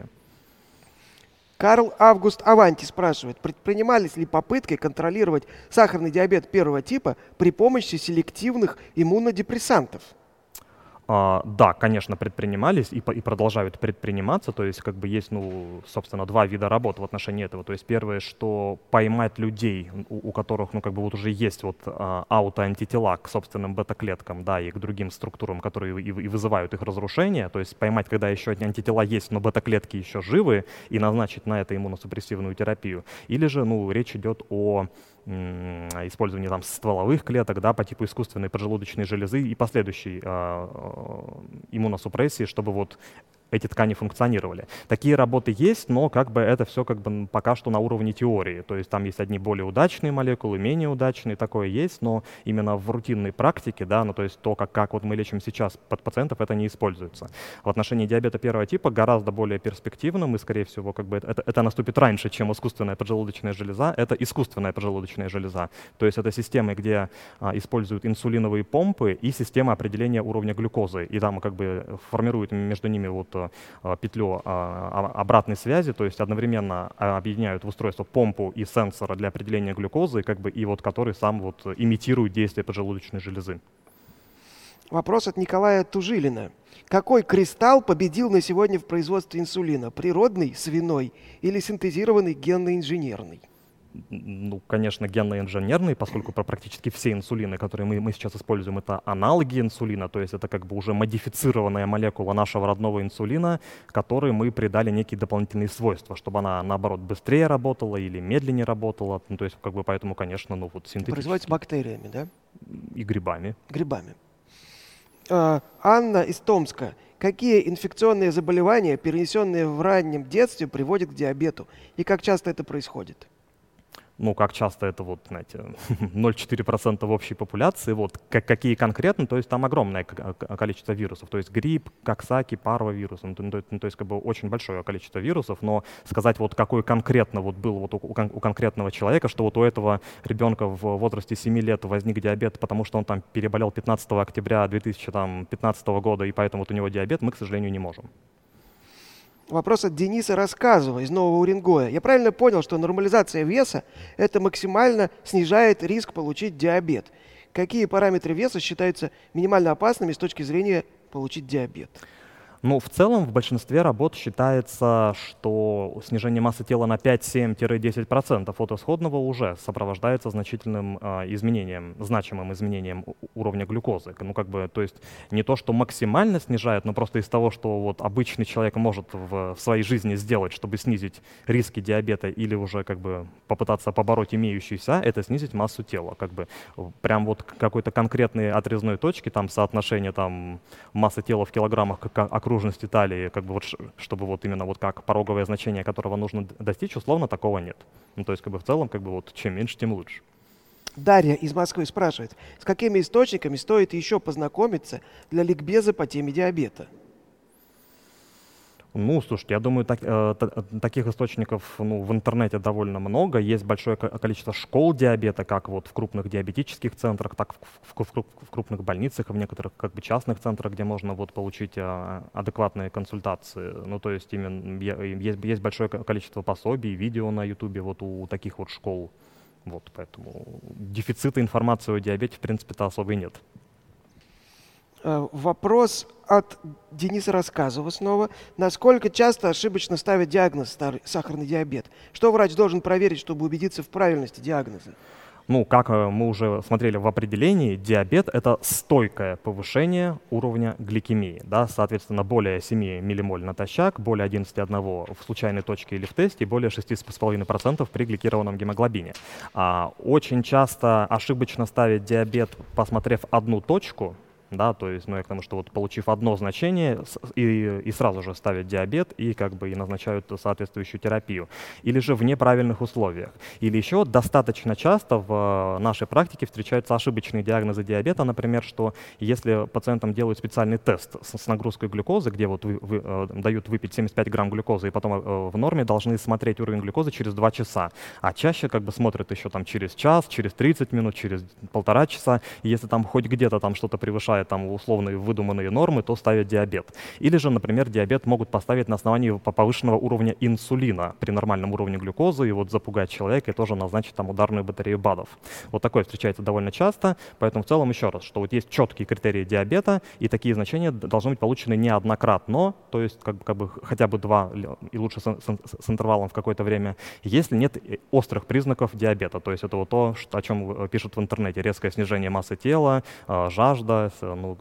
Карл Август Аванти спрашивает, предпринимались ли попытки контролировать сахарный диабет первого типа при помощи селективных иммунодепрессантов? Uh, да, конечно, предпринимались и, и продолжают предприниматься, то есть как бы есть, ну, собственно, два вида работ в отношении этого. То есть первое, что поймать людей, у, у которых, ну, как бы вот уже есть вот uh, аутоантитела к собственным бета-клеткам, да, и к другим структурам, которые и, и вызывают их разрушение, то есть поймать, когда еще антитела есть, но бета-клетки еще живы, и назначить на это иммуносупрессивную терапию. Или же, ну, речь идет о использование там стволовых клеток, да, по типу искусственной поджелудочной железы и последующей э, иммуносупрессии, чтобы вот эти ткани функционировали. Такие работы есть, но как бы это все как бы пока что на уровне теории. То есть там есть одни более удачные молекулы, менее удачные, такое есть, но именно в рутинной практике, да, ну то есть то, как, как вот мы лечим сейчас под пациентов, это не используется. В отношении диабета первого типа гораздо более перспективным, и, скорее всего, как бы это, это наступит раньше, чем искусственная поджелудочная железа, это искусственная поджелудочная железа. То есть это системы, где а, используют инсулиновые помпы и система определения уровня глюкозы, и там как бы формируют между ними вот петлю обратной связи, то есть одновременно объединяют в устройство помпу и сенсора для определения глюкозы, как бы, и вот который сам вот имитирует действие поджелудочной железы. Вопрос от Николая Тужилина. Какой кристалл победил на сегодня в производстве инсулина? Природный, свиной или синтезированный генно-инженерный? Ну, конечно, генно-инженерный, поскольку практически все инсулины, которые мы, мы сейчас используем, это аналоги инсулина, то есть это как бы уже модифицированная молекула нашего родного инсулина, которой мы придали некие дополнительные свойства, чтобы она, наоборот, быстрее работала или медленнее работала. Ну, то есть, как бы, поэтому, конечно, ну, вот синтетически. Производится бактериями, да? И грибами. Грибами. А, Анна из Томска. Какие инфекционные заболевания, перенесенные в раннем детстве, приводят к диабету? И как часто это происходит? Ну, как часто это, вот, знаете, ноль целых четыре десятых процента в общей популяции, вот, как, какие конкретно, то есть там огромное количество вирусов, то есть грипп, коксаки, парвовирус, ну, то, ну, то есть как бы очень большое количество вирусов, но сказать, вот какой конкретно вот был вот у, у конкретного человека, что вот у этого ребенка в возрасте семи лет возник диабет, потому что он там переболел пятнадцатого октября две тысячи пятнадцатого года, и поэтому вот у него диабет, мы, к сожалению, не можем. Вопрос от Дениса Рассказова из Нового Уренгоя. Я правильно понял, что нормализация веса – это максимально снижает риск получить диабет? Какие параметры веса считаются минимально опасными с точки зрения получить диабет? Ну, в целом, в большинстве работ считается, что снижение массы тела на пять-семь-десять процентов от исходного уже сопровождается значительным э, изменением, значимым изменением уровня глюкозы. Ну, как бы, то есть не то, что максимально снижает, но просто из того, что вот обычный человек может в, в своей жизни сделать, чтобы снизить риски диабета или уже как бы попытаться побороть имеющиеся, это снизить массу тела. Как бы прям вот какой-то конкретной отрезной точки, там соотношение там массы тела в килограммах к окружности талии, как бы вот, чтобы вот именно вот как пороговое значение, которого нужно достичь, условно такого нет. Ну, то есть как бы в целом, как бы вот чем меньше, тем лучше. Дарья из Москвы спрашивает, с какими источниками стоит еще познакомиться для ликбеза по теме диабета? Ну, слушайте, я думаю, так, э, таких источников ну, в интернете довольно много. Есть большое количество школ диабета, как вот в крупных диабетических центрах, так в, в, в, в крупных больницах и в некоторых как бы частных центрах, где можно вот получить э, адекватные консультации. Ну, то есть именно есть, есть большое количество пособий, видео на Ютубе вот у таких вот школ. Вот, поэтому дефицита информации о диабете, в принципе-то особо и нет. Вопрос от Дениса Рассказова снова. Насколько часто ошибочно ставят диагноз сахарный диабет? Что врач должен проверить, чтобы убедиться в правильности диагноза? Ну, как мы уже смотрели в определении, диабет — это стойкое повышение уровня гликемии. Да? Соответственно, более семи миллимоль натощак, более одиннадцать целых одна десятая в случайной точке или в тесте, и более шесть целых пять десятых процента при гликированном гемоглобине. А, очень часто ошибочно ставить диабет, посмотрев одну точку, да, то есть, ну, я к тому, что вот получив одно значение и, и сразу же ставят диабет и как бы и назначают соответствующую терапию. Или же в неправильных условиях. Или еще достаточно часто в нашей практике встречаются ошибочные диагнозы диабета, например, что если пациентам делают специальный тест с, с нагрузкой глюкозы, где вот вы, вы, э, дают выпить семьдесят пять грамм глюкозы и потом э, в норме должны смотреть уровень глюкозы через два часа, а чаще как бы смотрят еще там через час, через тридцать минут, через полтора часа, и если там хоть где-то там что-то превышает там условные выдуманные нормы, то ставят диабет. Или же, например, диабет могут поставить на основании повышенного уровня инсулина при нормальном уровне глюкозы и вот запугать человека и тоже назначить там ударную батарею БАДов. Вот такое встречается довольно часто, поэтому в целом еще раз, что вот есть четкие критерии диабета, и такие значения должны быть получены неоднократно, то есть как бы, как бы хотя бы два, и лучше с, с, с интервалом в какое-то время, если нет острых признаков диабета, то есть это вот то, что, о чем пишут в интернете: резкое снижение массы тела, жажда, ну,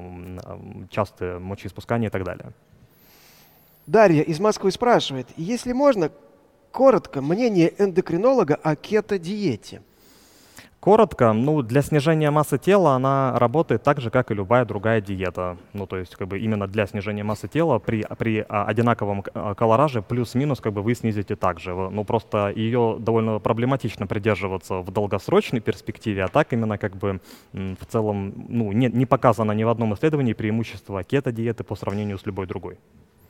частое мочеиспускание и так далее. Дарья из Москвы спрашивает, если можно, коротко, мнение эндокринолога о кето-диете. Коротко, ну, для снижения массы тела она работает так же, как и любая другая диета. Ну, то есть, как бы именно для снижения массы тела при, при а, одинаковом колораже плюс-минус как бы вы снизите также. Ну, просто ее довольно проблематично придерживаться в долгосрочной перспективе, а так именно как бы в целом, ну, не, не показано ни в одном исследовании преимущество кето-диеты по сравнению с любой другой.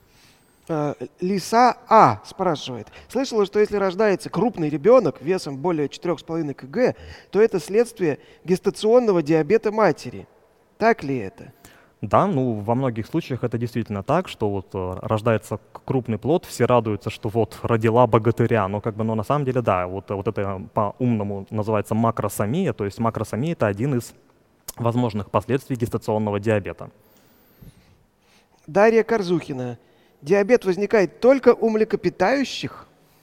Лиса А спрашивает. Слышала, что если рождается крупный ребенок весом более четыре с половиной килограмма, то это следствие гестационного диабета матери. Так ли это? Да, ну во многих случаях это действительно так, что вот рождается крупный плод, все радуются, что вот родила богатыря, но как бы, но на самом деле да, вот, вот это по-умному называется макросомия, то есть макросомия — это один из возможных последствий гестационного диабета. Дарья Корзухина. Диабет возникает только у млекопитающих?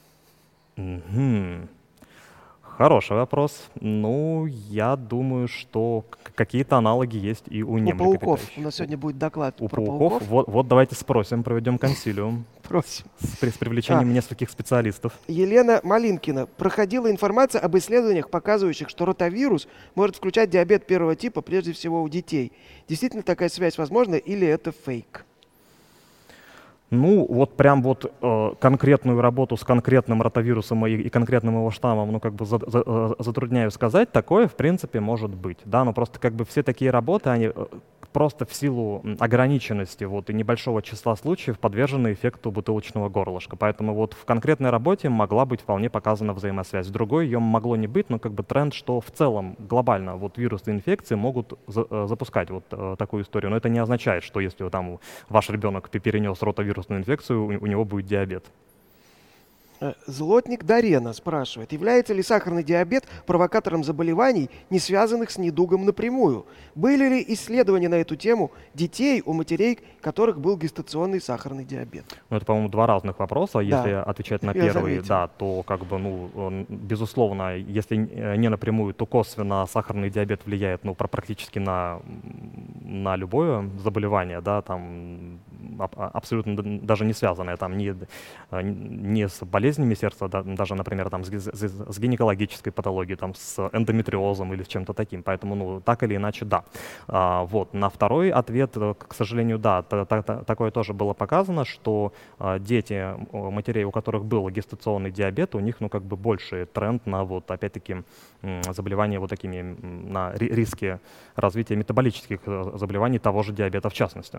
Угу. Хороший вопрос. Ну, я думаю, что какие-то аналоги есть и у немлекопитающих. У пауков. У нас сегодня будет доклад у про пауков. пауков. Вот, вот давайте спросим, проведем консилиум. Просим. С, с привлечением а. нескольких специалистов. Елена Малинкина. Проходила информация об исследованиях, показывающих, что ротавирус может включать диабет первого типа, прежде всего у детей. Действительно такая связь возможна или это фейк? Ну, вот прям вот э, конкретную работу с конкретным ротавирусом и, и конкретным его штаммом, ну, как бы за, за, затрудняю сказать, такое, в принципе, может быть, да, но просто как бы все такие работы, они э, просто в силу ограниченности вот и небольшого числа случаев подвержены эффекту бутылочного горлышка, поэтому вот в конкретной работе могла быть вполне показана взаимосвязь, в другой ее могло не быть, но как бы тренд, что в целом глобально вот вирусы инфекции могут за, э, запускать вот э, такую историю, но это не означает, что если там ваш ребенок перенес ротавирус инфекцию, у него будет диабет. Злотник Дарена спрашивает, является ли сахарный диабет провокатором заболеваний, не связанных с недугом напрямую? Были ли исследования на эту тему детей, у матерей которых был гестационный сахарный диабет? Ну, это, по-моему, два разных вопроса. Да. Если отвечать на Я первый, заметил. да, то, как бы, ну, он, безусловно, если не напрямую, то косвенно сахарный диабет влияет, ну, пр- практически на, на любое заболевание, да, там аб- абсолютно д- даже не связанное, там, не, не с болезнями сердца, да, даже, например, там, с, ги- с- с гинекологической патологией, там, с эндометриозом или с чем-то таким. Поэтому, ну, так или иначе, да. А, вот. На второй ответ, э, к сожалению, да, та- та- та- такое тоже было показано, что а, дети э, матерей, у которых был гестационный диабет, у них, ну, как бы больше тренд на, вот, опять-таки, м, заболевания вот такими, м, на ри- риски развития метаболических э, заболеваний, того же диабета в частности.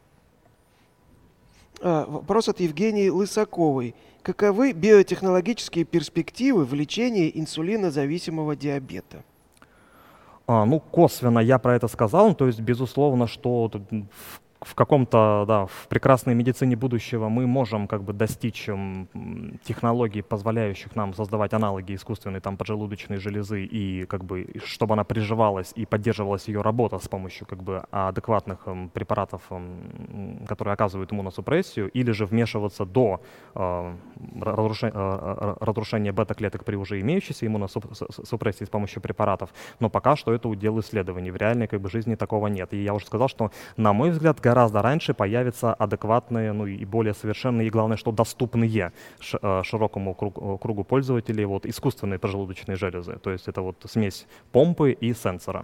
А, Вопрос от Евгении Лысаковой. Каковы биотехнологические перспективы в лечении инсулинозависимого диабета? А, ну, косвенно я про это сказал, ну, то есть, безусловно, что тут в, в каком-то, да, в прекрасной медицине будущего мы можем как бы достичь м, технологий, позволяющих нам создавать аналоги искусственной там поджелудочной железы, и как бы, и чтобы она приживалась и поддерживалась ее работа с помощью как бы адекватных м, препаратов, м, которые оказывают иммуносупрессию, или же вмешиваться до э, разрушения, э, разрушения бета-клеток при уже имеющейся иммуносупрессии с помощью препаратов. Но пока что это удел исследований. В реальной как бы жизни такого нет. И я уже сказал, что, на мой взгляд, гораздо раньше появятся адекватные, ну и более совершенные, и главное, что доступные ш- э, широкому кругу, кругу пользователей вот искусственные поджелудочные железы. То есть это вот смесь помпы и сенсора.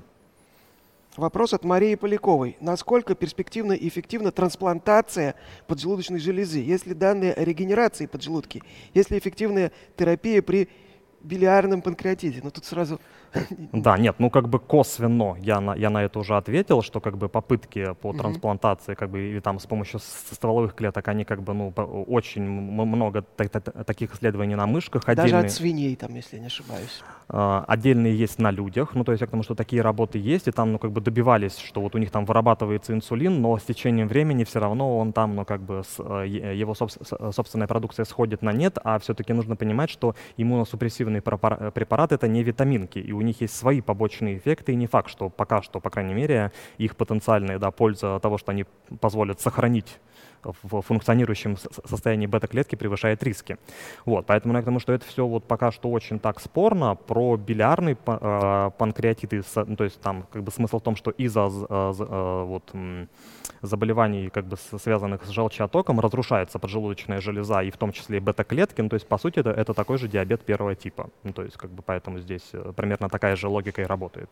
Вопрос от Марии Поляковой. Насколько перспективна и эффективна трансплантация поджелудочной железы? Есть ли данные о регенерации поджелудки? Есть ли эффективная терапия при билиарном панкреатите? Ну тут сразу... Да, нет, ну как бы косвенно я на, я на это уже ответил, что как бы попытки по Мгм. трансплантации как бы и там с помощью с- стволовых клеток, они как бы, ну, по- очень м- много та- та- таких исследований на мышках. Даже Отдельные, от свиней там, если я не ошибаюсь. а, отдельные есть на людях, ну то есть я к тому, что такие работы есть, и там, ну как бы добивались, что вот у них там вырабатывается инсулин, но с течением времени все равно он там, ну как бы с- э, е- его собс- с- собственная продукция сходит на нет, а все-таки нужно понимать, что иммуносупрессивные препара- препараты это не витаминки, и у них есть свои побочные эффекты, и не факт, что пока что, по крайней мере, их потенциальная, да, польза того, что они позволят сохранить в функционирующем с- состоянии бета-клетки превышает риски. Вот, поэтому я к тому, что это все вот пока что очень так спорно. Про билиарный па- э, панкреатит, и со- ну, то есть там как бы смысл в том, что из-за з- э, з- э, вот, м, заболеваний, как бы с- связанных с желчеотоком, разрушается поджелудочная железа, и в том числе и бета-клетки. Ну, то есть, по сути, это, это такой же диабет первого типа. Ну, то есть, как бы поэтому здесь э, примерно такая же логика и работает.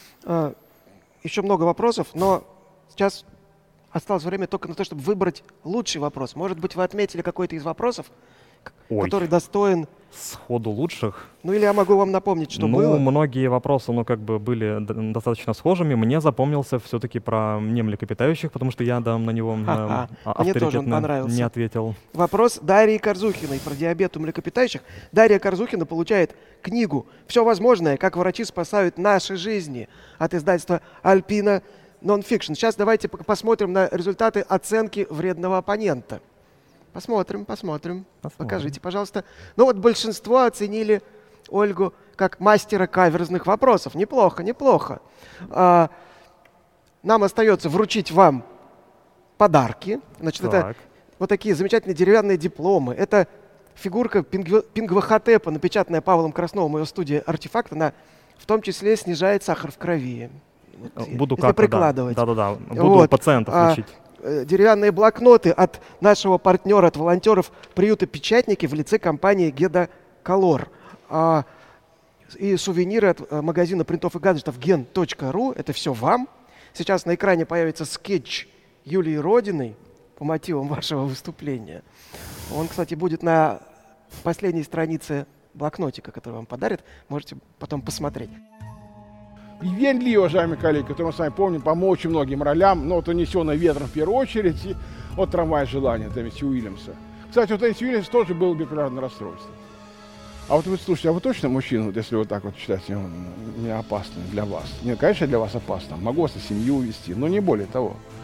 А, Еще много вопросов, но сейчас осталось время только на то, чтобы выбрать лучший вопрос. Может быть, вы отметили какой-то из вопросов, к- Ой. который достоин... Сходу лучших. Ну или я могу вам напомнить, что ну, было. многие вопросы, ну, как бы были д- достаточно схожими. Мне запомнился все-таки про млекопитающих, потому что я да, на него э, Ага. а- Мне тоже он авторитетно понравился. не ответил. Вопрос Дарьи Корзухиной про диабет у млекопитающих. Дарья Корзухина получает книгу «Все возможное. Как врачи спасают наши жизни» от издательства «Альпина Нонфикшн». Сейчас давайте п- посмотрим на результаты оценки вредного оппонента. Посмотрим, посмотрим. Посмотрим. Покажите, пожалуйста. Ну вот большинство оценили Ольгу как мастера каверзных вопросов. Неплохо, неплохо. А, нам остается вручить вам подарки. Значит, это Так. вот такие замечательные деревянные дипломы. Это фигурка Пингви- Пингвахотепа, напечатанная Павлом Красновым в ее студии «Артефакт». Она в том числе снижает сахар в крови. Вот, Буду если как-то, да. прикладывать. Да-да-да. Буду Вот. у пациентов А, лечить. э, Деревянные блокноты от нашего партнера, от волонтеров приюта «Печатники» в лице компании «Геда Колор». А, и сувениры от э, магазина принтов и гаджетов ген точка ру. Это все вам. Сейчас на экране появится скетч Юлии Родиной по мотивам вашего выступления. Он, кстати, будет на последней странице блокнотика, который вам подарят. Можете потом посмотреть. Вивьен Ли, уважаемые коллеги, который мы с вами помним по очень многим ролям, но вот «Унесенный ветром» в первую очередь, и вот «Трамвай желания» Теннесси Уильямса. Кстати, у Теннесси Уильямса тоже было биполярное расстройство. А вот вы слушайте, а вы точно мужчина, вот если вот так вот считаете, он не опасный для вас? Нет, конечно, для вас опасно. Могу вас и семью увести, но не более того.